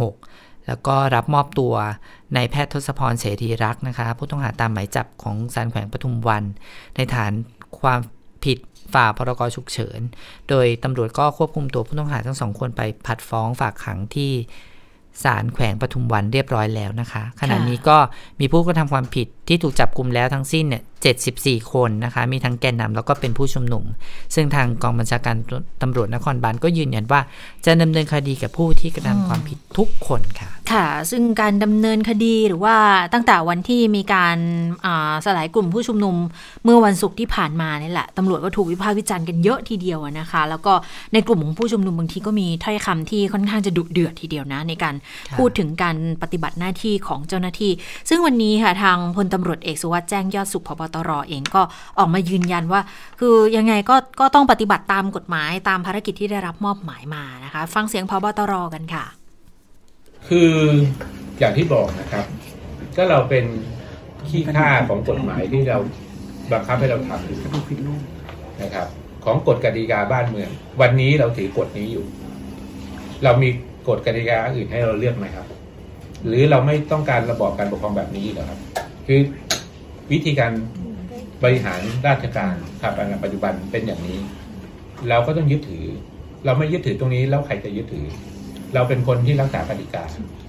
116แล้วก็รับมอบตัวนายแพทย์ทศพรเสรีรักษ์นะคะผู้ต้องหาตามหมายจับของศาลแขวงปทุมวันในฐานความผิดฝ่าพรก.ฉุกเฉินโดยตำรวจก็ควบคุมตัวผู้ต้องหาทั้ง2คนไปผัดฟ้องฝากขังที่ศาลแขวงปทุมวันเรียบร้อยแล้วนะคะขณะนี้ก็มีผู้กระทำความผิดที่ถูกจับกุมแล้วทั้งสิ้นเนี่ย74คนนะคะมีทั้งแกนนำแล้วก็เป็นผู้ชุมนุมซึ่งทางกองบัญชาการตำรวจนครบาลก็ยืนยันว่าจะดำเนินคดีกับผู้ที่กระทำความผิดทุกคนค่ะค่ะซึ่งการดำเนินคดีหรือว่าตั้งแต่วันที่มีการสลายกลุ่มผู้ชุมนุมเมื่อวันศุกร์ที่ผ่านมานี่แหละตำรวจก็ถูกวิพากษ์วิจารณ์กันเยอะทีเดียวนะคะแล้วก็ในกลุ่มของผู้ชุมนุมบางทีก็มีถ้อยคำที่ค่อนข้างจะดุเดือดทีเดียวนะในการพูดถึงการปฏิบัติหน้าที่ของเจ้าหน้าที่ซึ่งวันนี้ค่ะทางพลตำรวจเอกสุวัสดิ์แจ้งยอดสุข ผบ.ตร.เองก็ออกมายืนยันว่าคือยังไงก็ต้องปฏิบัติตามกฎหมายตามภารกิจที่ได้รับมอบหมายมานะคะฟังเสียงผบ.ตร.กันค่ะคืออย่างที่บอกนะครับก็เราเป็นขี้ข้าของกฎหมายที่เราบังคับให้เราทำนะครับของกฎกติกาบ้านเมืองวันนี้เราถือกฎนี้อยู่เรามีกฎกติกาอื่นให้เราเลือกไหมครับหรือเราไม่ต้องการระบอบการปกครองแบบนี้หรอครับคือวิธีการบริหารราชการครับในปัจจุบันเป็นอย่างนี้เราก็ต้องยึดถือเราไม่ยึดถือตรงนี้แล้วใครจะยึดถือเราเป็นคนที่รักษากติกา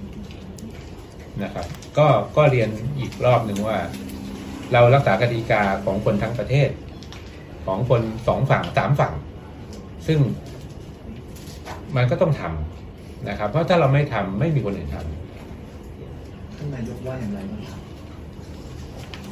นะครับก็เรียนอีกรอบหนึ่งว่าเรารักษากติกาของคนทั้งประเทศของคน2ฝั่ง3ฝั่งซึ่งมันก็ต้องทำนะครับเพราะถ้าเราไม่ทำไม่มีคนอื่นทำท่านนายกว่าอย่างไรบ้างครับ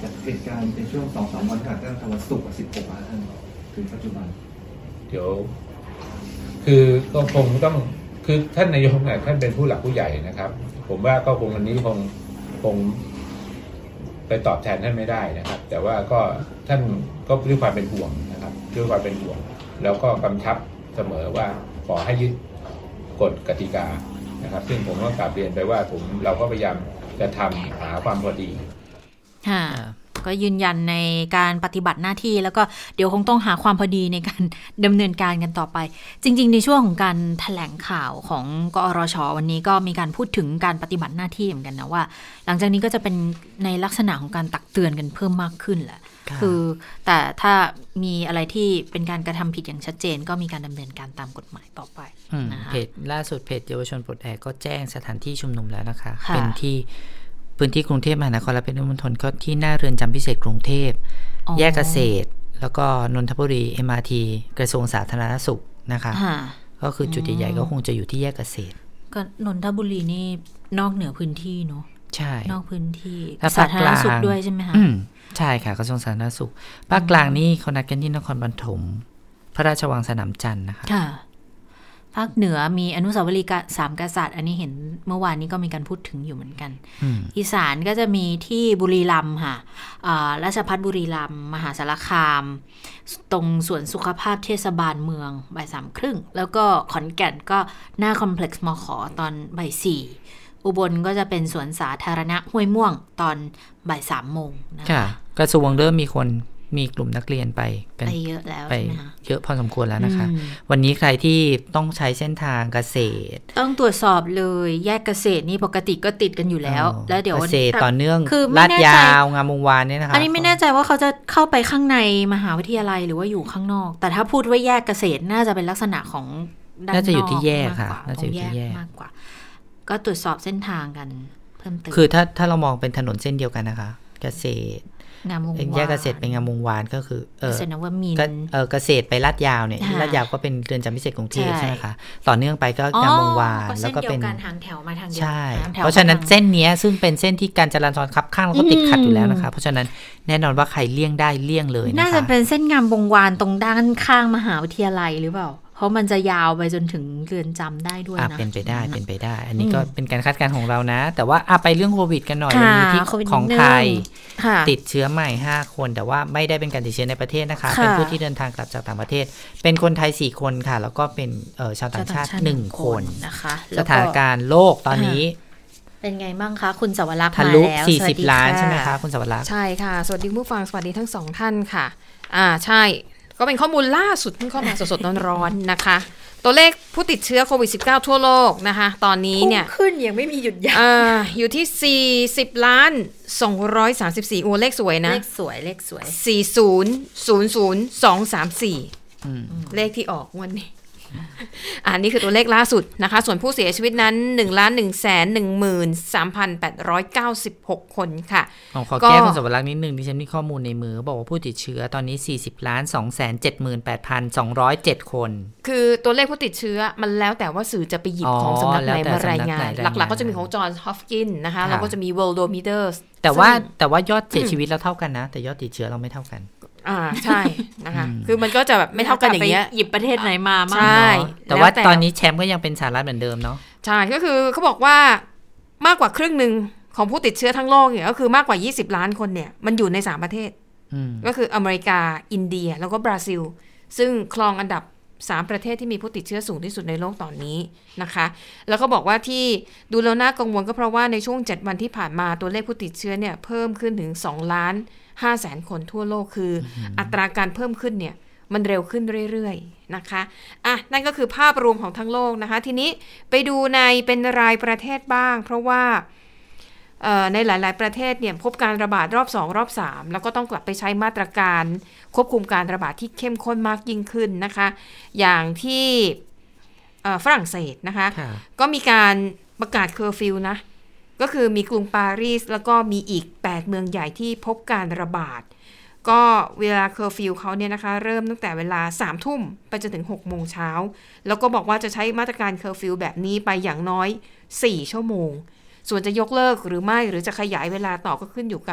จากเหตุการณ์ในช่วง 2-3 วันตั้งแต่วันศุกร์กับ16ท่านถึงปัจจุบันเดี๋ยวคือก็คงต้องคือท่านนายกเนี่ยท่านเป็นผู้หลักผู้ใหญ่นะครับผมว่าก็คงวันนี้คงไปตอบแทนท่านไม่ได้นะครับแต่ว่าก็ท่านก็ด้วยความเป็นห่วงนะครับด้วยความเป็นห่วงแล้วก็กำชับเสมอว่าขอให้ยึดกฎกติกานะครับซึ่งผมก็กลับเรียนไปว่าเราก็พยายามจะทำหาความพอดีค่ะก็ยืนยันในการปฏิบัติหน้าที่แล้วก็เดี๋ยวคงต้องหาความพอดีในการดำเนินการกันต่อไปจริงๆในช่วงของการแถลงข่าวของกอรช.วันนี้ก็มีการพูดถึงการปฏิบัติหน้าที่เหมือนกันนะว่าหลังจากนี้ก็จะเป็นในลักษณะของการตักเตือนกันเพิ่มมากขึ้นแหละคือแต่ถ้ามีอะไรที่เป็นการกระทำผิดอย่างชัดเจนก็มีการดำเนินการตามกฎหมายต่อไปเพจล่าสุดเพจเยาวชนปลดแอกก็แจ้งสถานที่ชุมนุมแล้วนะคะเป็นที่พื้นที่กรุงเทพมหานครและปริมณฑลก็ที่หน้าเรือนจำพิเศษกรุงเทพแยกเกษตรแล้วก็นนทบุรี MRT กระทรวงสาธารณสุขนะคะก็คือจุดใหญ่ๆก็คงจะอยู่ที่แยกเกษตรก็นนทบุรีนี่นอกเหนือพื้นที่เนาะใช่นอกพื้นที่สาธารณสุขด้วยใช่ไหมคะใช่ค่ะกระทรวงสาธารณสุขภาคกลางนี่เขานัดกันที่นครปฐมพระราชวังสนามจันทร์นะคะภาคเหนือมีอนุสาวรีย์3กษัตริย์อันนี้เห็นเมื่อวานนี้ก็มีการพูดถึงอยู่เหมือนกันอีสานก็จะมีที่บุรีรัมย์ค่ะราชภัฏบุรีรัมย์มหาสารคามตรงสวนสุขภาพเทศบาลเมืองบ่าย 3:30แล้วก็ขอนแก่นก็หน้าคอมเพล็กซ์มข.ตอนบ่าย 4อุบลก็จะเป็นสวนสาธารณะห้วยม่วงตอนบ่าย 3 โมงนะคะกระทรวงเริ่มมีกลุ่มนักเรียนไปเยอะแล้วไปเยอะพอสมควรแล้วนะคะวันนี้ใครที่ต้องใช้เส้นทางเกษตรต้องตรวจสอบเลยแยกเกษตรนี่ปกติก็ติดกันอยู่แล้วแล้วเดี๋ยวเกษตรต่อเนื่องลาดยาวงามวงวานเนี่ยนะคะอันนี้ไม่แน่ใจว่าเขาจะเข้าไปข้างในมหาวิทยาลัยหรือว่าอยู่ข้างนอกแต่ถ้าพูดว่าแยกเกษตรน่าจะเป็นลักษณะของด้านนอกน่าจะอยู่ที่แยกค่ะน่าจะอยู่ที่แยกมากกว่าก็ตรวจสอบเส้นทางกันเพิ่มเติมคือถ้าเรามองเป็นถนนเส้นเดียวกันนะคะเกษตรงามวงวานแยกเกษตรไปงามวงวานก็คือเกษตรนวมินทร์เกษตรไปลาดยาวเนี่ยลาดยาวก็เป็นเรือนจำพิเศษกรุงเทพใช่ไหมคะต่อเนื่องไปก็งามวงวานแล้วก็เป็นทางแถวมาทางเดียวใช่เพราะฉะนั้นเส้นนี้ซึ่งเป็นเส้นที่การจราจรคับข้างแล้วก็ติดขัดอยู่แล้วนะคะเพราะฉะนั้นแน่นอนว่าใครเลี่ยงได้เลี่ยงเลยนะคะน่าจะเป็นเส้นงามวงวานตรงด้านข้างมหาวิทยาลัยหรือเปล่าเพราะมันจะยาวไปจนถึงเรือนจำได้ด้วยนะเป็นไปได้อันนี้ก็เป็นการคาดการณ์ของเรานะแต่ว่าไปเรื่องโควิดกันหน่อยวันนี้ที่ของไทยติดเชื้อใหม่5คนแต่ว่าไม่ได้เป็นการติดเชื้อในประเทศนะคะเป็นผู้ที่เดินทางกลับจากต่างประเทศเป็นคนไทย4คนค่ะแล้วก็เป็นชาวต่างชาติ1คนนะคะสถานการณ์โลกตอนนี้เป็นไงบ้างคะคุณสวรักษ์มาแล้ว40 ล้านใช่ไหมคะคุณสวรักษ์ใช่ค่ะสวัสดีผู้ฟังสวัสดีทั้ง2ท่านค่ะใช่ก็เป็นข้อมูลล่าสุดเพิ่งเข้ามาสดๆร้อนๆนะคะตัวเลขผู้ติดเชื้อโควิด -19 ทั่วโลกนะคะตอนนี้เนี่ยขึ้นยังไม่มีหยุดยั้งอยู่ที่40,234โอ้เลขสวยนะเลขสวย 4000234เลขที่ออกวันนี้นี่คือตัวเลขล่าสุดนะคะส่วนผู้เสียชีวิตนั้น 1,113,896 คนค่ะขอแก้คุณสวรักษ์นิดนึงดิฉันมีข้อมูลในมือบอกว่าผู้ติดเชื้อตอนนี้ 40,278,207 คนคือตัวเลขผู้ติดเชื้อมันแล้วแต่ว่าสื่อจะไปหยิบของสำนักไหนมารายงานหลักๆก็จะมีของจอห์นฮอปกินส์นะคะแล้วก็จะมี Worldometer แต่ว่ายอดเสียชีวิตเราเท่ากันนะแต่ยอดติดเชื้อเราไม่เท่ากันใช่นะคะคือมันก็จะแบบไม่เท่ากันอย่างเงี้ยหยิบประเทศไหนมามากใช่แต่ว่าตอนนี้แชมป์ก็ยังเป็นสหรัฐเหมือนเดิมเนาะใช่ก็คือเขาบอกว่ามากกว่าครึ่งนึงของผู้ติดเชื้อทั้งโลกเนี่ยก็คือมากกว่า20ล้านคนเนี่ยมันอยู่ใน3ประเทศก็คืออเมริกาอินเดียแล้วก็บราซิลซึ่งครองอันดับ3ประเทศที่มีผู้ติดเชื้อสูงที่สุดในโลกตอนนี้นะคะแล้วก็บอกว่าที่ดูแล้วน่ากังวลก็เพราะว่าในช่วง7วันที่ผ่านมาตัวเลขผู้ติดเชื้อเนี่ยเพิ่มขึ้นถึง2,500,000 คนทั่วโลกคืออัตราการเพิ่มขึ้นเนี่ยมันเร็วขึ้นเรื่อยๆนะคะนั่นก็คือภาพรวมของทั้งโลกนะคะทีนี้ไปดูในเป็นรายประเทศบ้างเพราะว่าในหลายๆประเทศเนี่ยพบการระบาดรอบ2รอบ3แล้วก็ต้องกลับไปใช้มาตรการควบคุมการระบาดที่เข้มข้นมากยิ่งขึ้นนะคะอย่างที่ฝรั่งเศสนะคะก็มีการประกาศเคอร์ฟิวนะก็คือมีกรุงปารีสแล้วก็มีอีก8เมืองใหญ่ที่พบการระบาดก็เวลาเคอร์ฟิวเขาเนี่ยนะคะเริ่มตั้งแต่เวลา 3 ทุ่มไปจนถึง 6 โมงเช้าแล้วก็บอกว่าจะใช้มาตรการเคอร์ฟิวแบบนี้ไปอย่างน้อย4 ชั่วโมงส่วนจะยกเลิกหรือไม่หรือจะขยายเวลาต่อก็ขึ้นอยู่กับ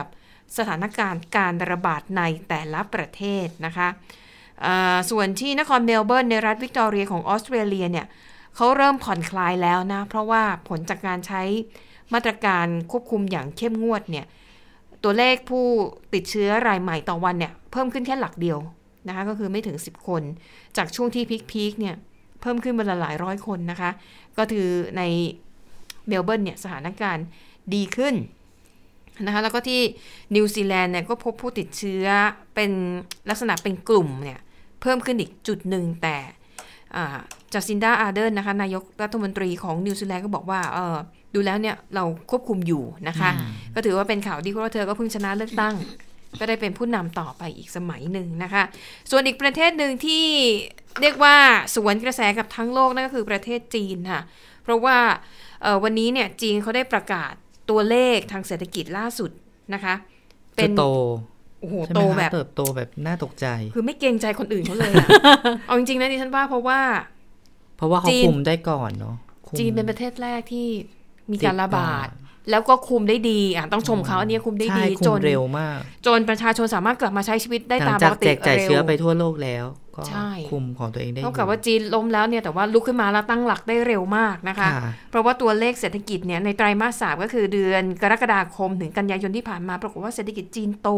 สถานการณ์การระบาดในแต่ละประเทศนะคะส่วนที่นครเมลเบิร์นในรัฐวิกตอเรียของออสเตรเลียเนี่ยเขาเริ่มผ่อนคลายแล้วนะเพราะว่าผลจากการใช้มาตรการควบคุมอย่างเข้มงวดเนี่ยตัวเลขผู้ติดเชื้อรายใหม่ต่อวันเนี่ยเพิ่มขึ้นแค่หลักเดียวนะคะก็คือไม่ถึง10คนจากช่วงที่พีคเนี่ยเพิ่มขึ้นมาหลายร้อยคนนะคะก็คือในเมลเบิร์นเนี่ยสถานการณ์ดีขึ้นนะคะแล้วก็ที่นิวซีแลนด์เนี่ยก็พบผู้ติดเชื้อเป็นลักษณะเป็นกลุ่มเนี่ยเพิ่มขึ้นอีกจุดหนึ่งแต่จัสซินดาอาร์เดนนะคะนายกรัฐมนตรีของนิวซีแลนด์ก็บอกว่าดูแล้วเนี่ยเราควบคุมอยู่นะคะก็ถือว่าเป็นข่าวดีเพราะว่าเธอก็เพิ่งชนะเลือกตั้งก็ได้เป็นผู้นำต่อไปอีกสมัยหนึ่งนะคะส่วนอีกประเทศหนึ่งที่เรียกว่าสวนกระแสกับทั้งโลกนั่นก็คือประเทศจีนค่ะเพราะว่าวันนี้เนี่ยจีนเขาได้ประกาศตัวเลขทางเศรษฐกิจล่าสุดนะคะเป็นโตโอ้โหโตแบบเติบโตแบบน่าตกใจคือไม่เกรงใจคนอื่นเขาเลยอะเอาจริงๆนะดิฉันว่าเพราะว่าเขาคุมได้ก่อนเนาะจีนเป็นประเทศแรกที่มีการระบาดแล้วก็คุมได้ดีต้องชมเขาอันนี้คุมได้ดีจนเร็วมากจนประชาชนสามารถกลับมาใช้ชีวิตได้ตามปกติแจกจ่ายเชื้อไปทั่วโลกแล้วก็คุมของตัวเองได้เท่ากับว่าจีนล้มแล้วเนี่ยแต่ว่าลุกขึ้นมาแล้วตั้งหลักได้เร็วมากนะคะเพราะว่าตัวเลขเศรษฐกิจเนี่ยในไตรมาส 3ก็คือเดือนกรกฎาคมถึงกันยายนที่ผ่านมาปรากฏว่าเศรษฐกิจจีนโต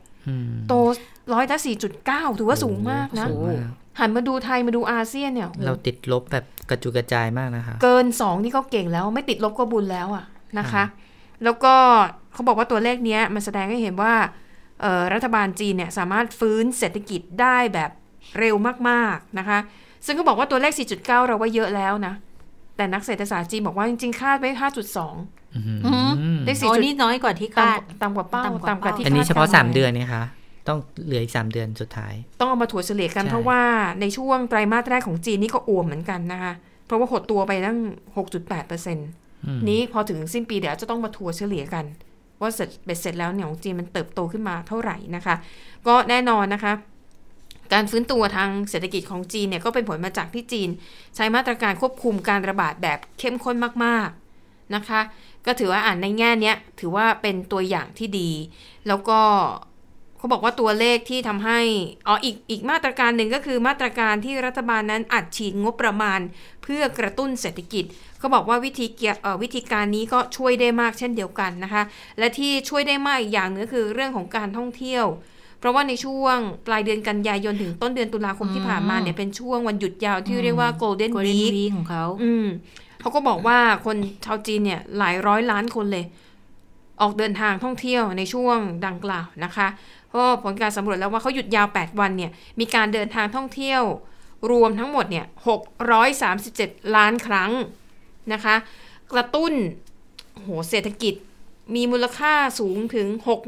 4.9%ถือว่าสูงมากนะหันมาดูไทยมาดูอาเซียนเนี่ยเราติดลบแบบกระจุกกระจายมากนะคะเกิน2นี่ก็เก่งแล้วไม่ติดลบก็บุญแล้วอ่ะนะคะแล้วก็เขาบอกว่าตัวเลขนี้มันแสดงให้เห็นว่ารัฐบาลจีนเนี่ยสามารถฟื้นเศรษฐกิจได้แบบเร็วมากๆนะคะซึ่งเขาบอกว่าตัวเลข 4.9 เราว่าเยอะแล้วนะแต่นักเศรษฐศาสตร์จีนบอกว่าจริงๆคาดไว้ 5.2 ได้4นี่น้อยกว่าที่คาดต่ำกว่าเป้าต่ำกว่าที่คาดอันนี้เฉพาะ3เดือนนะคะต้องเหลืออีก3เดือนสุดท้ายต้องเอามาถัวเฉลี่ยกันเพราะว่าในช่วงไตรมาสแรกของจีนนี่ก็อ่วมเหมือนกันนะคะเพราะว่าหดตัวไปตั้ง 6.8%นี้พอถึงสิ้นปีเดี๋ยวจะต้องมาถัวเฉลี่ยกันว่าเสร็จแล้วเนี่ยของจีนมันเติบโตขึ้นมาเท่าไหร่นะคะก็แน่นอนนะคะการฟื้นตัวทางเศรษฐกิจของจีนเนี่ยก็เป็นผลมาจากที่จีนใช้มาตรการควบคุมการระบาดแบบเข้มข้นมากๆนะคะก็ถือว่าในแง่นี้ถือว่าเป็นตัวอย่างที่ดีแล้วก็เขาบอกว่าตัวเลขที่ทำให้อีกมาตรการหนึ่งก็คือมาตรการที่รัฐบาลนั้นอัดฉีดงบประมาณเพื่อกระตุ้นเศรษฐกิจเขาบอกว่าวิธีการนี้ก็ช่วยได้มากเช่นเดียวกันนะคะและที่ช่วยได้มากอีกอย่างนึงก็คือเรื่องของการท่องเที่ยวเพราะว่าในช่วงปลายเดือนกันยายนถึงต้นเดือนตุลาคมที่ผ่านมาเนี่ยเป็นช่วงวันหยุดยาวที่เรียกว่า Golden Week ของเขาเขาก็บอกว่าคนชาวจีนเนี่ยหลายร้อยล้านคนเลยออกเดินทางท่องเที่ยวในช่วงดังกล่าวนะคะเพราะผลการสำรวจแล้วว่าเขาหยุดยาว8วันเนี่ยมีการเดินทางท่องเที่ยวรวมทั้งหมดเนี่ย637ล้านครั้งนะคะกระตุ้นเศรษฐกิจมีมูลค่าสูงถึง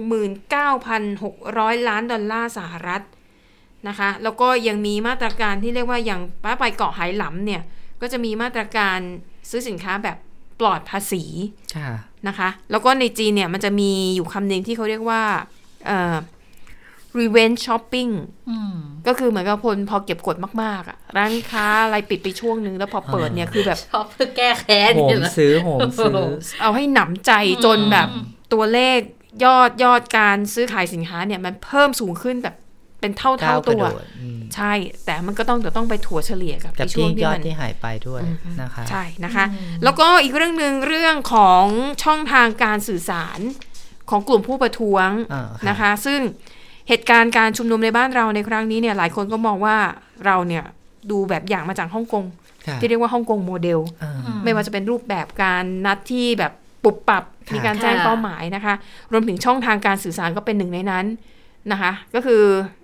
69,600 ล้านดอลลาร์สหรัฐนะคะแล้วก็ยังมีมาตรการที่เรียกว่าอย่างไปเกาะไหหลำเนี่ยก็จะมีมาตรการซื้อสินค้าแบบปลอดภาษีนะคะแล้วก็ในจีนเนี่ยมันจะมีอยู่คำหนึ่งที่เขาเรียกว่าrevenge shopping ก็คือเหมือนกับพอเก็บกดมากๆอ่ะร้านค้าอะไรปิดไปช่วงนึงแล้วพอเปิดเนี่ยคือแบบชอบเพื่อแก้แค้นโหมซื้อเอาให้หนำใจจนแบบตัวเลขยอดการซื้อขายสินค้าเนี่ยมันเพิ่มสูงขึ้นแบบเป็นเท่าตัวใช่แต่มันก็ต้องไปถัวเฉลี่ยกับช่วงที่ยอดที่หายไปด้วยนะคะใช่นะคะแล้วก็อีกเรื่องนึงเรื่องของช่องทางการสื่อสารของกลุ่มผู้ประท้วงนะคะซึ่งเหตุการณ์การชุมนุมในบ้านเราในครั้งนี้เนี่ยหลายคนก็มองว่าเราเนี่ยดูแบบอย่างมาจากฮ่องกงที่เรียกว่าฮ่องกงโมเดลไม่ว่าจะเป็นรูปแบบการนัดที่แบบปุบปับมีการแจ้งเป้าหมายนะคะรวมถึงช่องทางการสื่อสารก็เป็นหนึ่งในนั้นนะคะก็คือ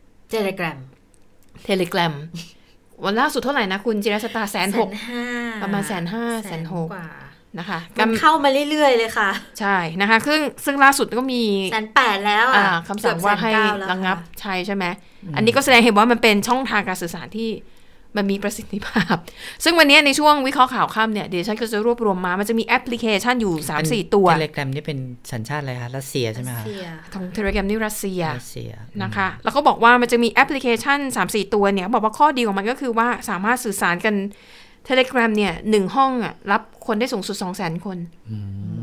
Telegram วันล่าสุดเท่าไหร่นะคุณจิรชตา160,000ประมาณ 150,000 นะคะมันเข้ามาเรื่อยๆเลยค่ะใช่นะคะซึ่งล่าสุดก็มี 108,000แล้วคำสั่งว่าให้ระงับใช่ไหมอันนี้ก็แสดงเห็นว่ามันเป็นช่องทางการสื่อสารที่มันมีประสิทธิภาพซึ่งวันนี้ในช่วงวิเคราะห์ข่าวค่ำเนี่ยเดี๋ยวฉันก็จะรวบรวมมามันจะมีแอปพลิเคชันอยู่ 3-4 ตัว Telegram นี่เป็นสัญชาติอะไรคะรัสเซียใช่ไหมคะของ Telegram นี่รัสเซียนะคะแล้วก็บอกว่ามันจะมีแอปพลิเคชัน 3-4 ตัวเนี่ยบอกว่าข้อดีของมันก็คือว่าสามารถสื่อสารกันTelegram เนี่ย1ห้องอ่ะรับคนได้สูงสุด 200,000 คน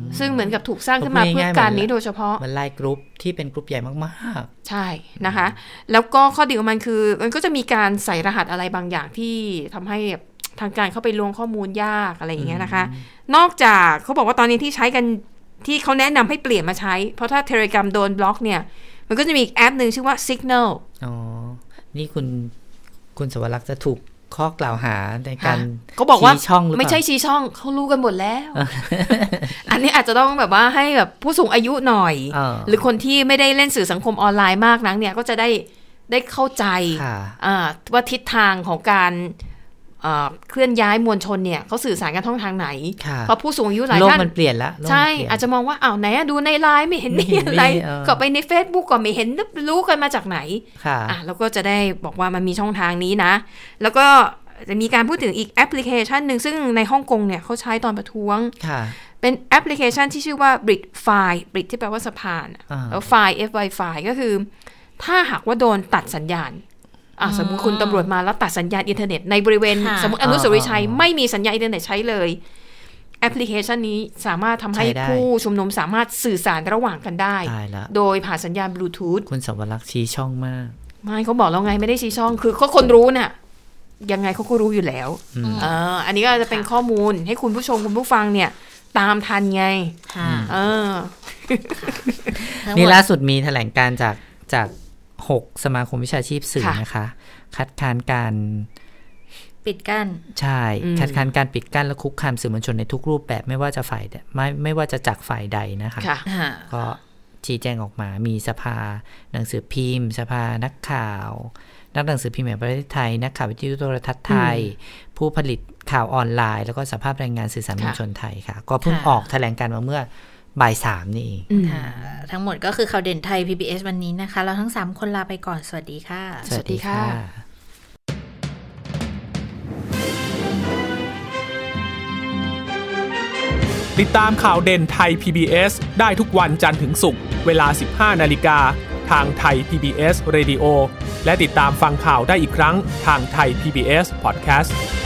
ซึ่งเหมือนกับถูกสร้างขึ้นมาเพื่อการนี้โดยเฉพาะมันไลน์กรุ๊ปที่เป็นกรุ๊ปใหญ่มากๆใช่นะคะแล้วก็ข้อดีของมันคือมันก็จะมีการใส่รหัสอะไรบางอย่างที่ทำให้ทางการเข้าไปล้วงข้อมูลยากอะไรอย่างเงี้ยนะคะนอกจากเขาบอกว่าตอนนี้ที่ใช้กันที่เขาแนะนำให้เปลี่ยนมาใช้เพราะถ้า Telegram โดนบล็อกเนี่ยมันก็จะมีอีกแอปนึงชื่อว่า Signal อ๋อนี่คุณสวรักษ์จะถูกข้อกล่าวหาในการเขาบอกว่าช่องหรือเปล่าไม่ใช่ชี้ช่องเขารู้กันหมดแล้ว อันนี้อาจจะต้องแบบว่าให้แบบผู้สูงอายุหน่อยหรือคนที่ไม่ได้เล่นสื่อสังคมออนไลน์มากนักเนี่ยก็จะได้เข้าใจว่าทิศทางของการเคลื่อนย้ายมวลชนเนี่ยเขาสื่อสารกันท่องทางไหนเพราะผู้สูงอายุหลายท่านโลกมันเปลี่ยนแล้วใช่อาจจะมองว่าอ้าวไหนดูในไลน์ไม่เห็นมีอะไรก็ไปใน Facebook ก็ไม่เห็นรู้กันมาจากไหนแล้วก็จะได้บอกว่ามันมีช่องทางนี้นะแล้วก็จะมีการพูดถึงอีกแอปพลิเคชันหนึ่งซึ่งในฮ่องกงเนี่ยเขาใช้ตอนประท้วงเป็นแอปพลิเคชันที่ชื่อว่า Bridge ที่แปลว่าสะพานแล้ว FY ก็คือถ้าหากว่าโดนตัดสัญญาณสมมุติคุณตำรวจมาแล้วตัดสัญญาณอินเทอร์เน็ตในบริเวณสมมติอนุสาวรีย์ชัยไม่มีสัญญาณอินเทอร์เน็ตใช้เลยแอปพลิเคชันนี้สามารถทำให้ผู้ชุมนุมสามารถสื่อสารระหว่างกันได้โดยผ่านสัญญาณบลูทูธคุณสวรักษ์ชี้ช่องมากไม่เขาบอกแล้วไงไม่ได้ชี้ช่องคือคนรู้เนี่ยยังไงเขาก็รู้อยู่แล้วอันนี้ก็จะเป็นข้อมูลให้คุณผู้ชมคุณผู้ฟังเนี่ยตามทันไงนี่ล่าสุดมีแถลงการจาก6 สมาคมวิชาชีพสื่อนะคะคัดค้านการปิดกั้นใช่คัดค้านการปิดกั้นและคุกคามสื่อมวลชนในทุกรูปแบบไม่ว่าจะฝ่ายไม่ว่าจะจากฝ่ายใดนะคะก็ชี้แจงออกมามีสภาหนังสือพิมพ์สภานักข่าวนักหนังสือพิมพ์แห่งประเทศไทยนักข่าววิทยุโทรทัศน์ไทยผู้ผลิตข่าวออนไลน์แล้วก็สภาพแรงงานสื่อสารมวลชนไทยค่ะก็เพิ่งออกแถลงการมาเมื่อบ่าย 3นี่เองทั้งหมดก็คือข่าวเด่นไทย PBS วันนี้นะคะเราทั้ง3คนลาไปก่อนสวัสดีค่ะสวัสดีค่ะติดตามข่าวเด่นไทย PBS ได้ทุกวันจันทร์ถึงศุกร์เวลา 15 นาฬิกาทางไทย PBS Radio และติดตามฟังข่าวได้อีกครั้งทางไทย PBS Podcast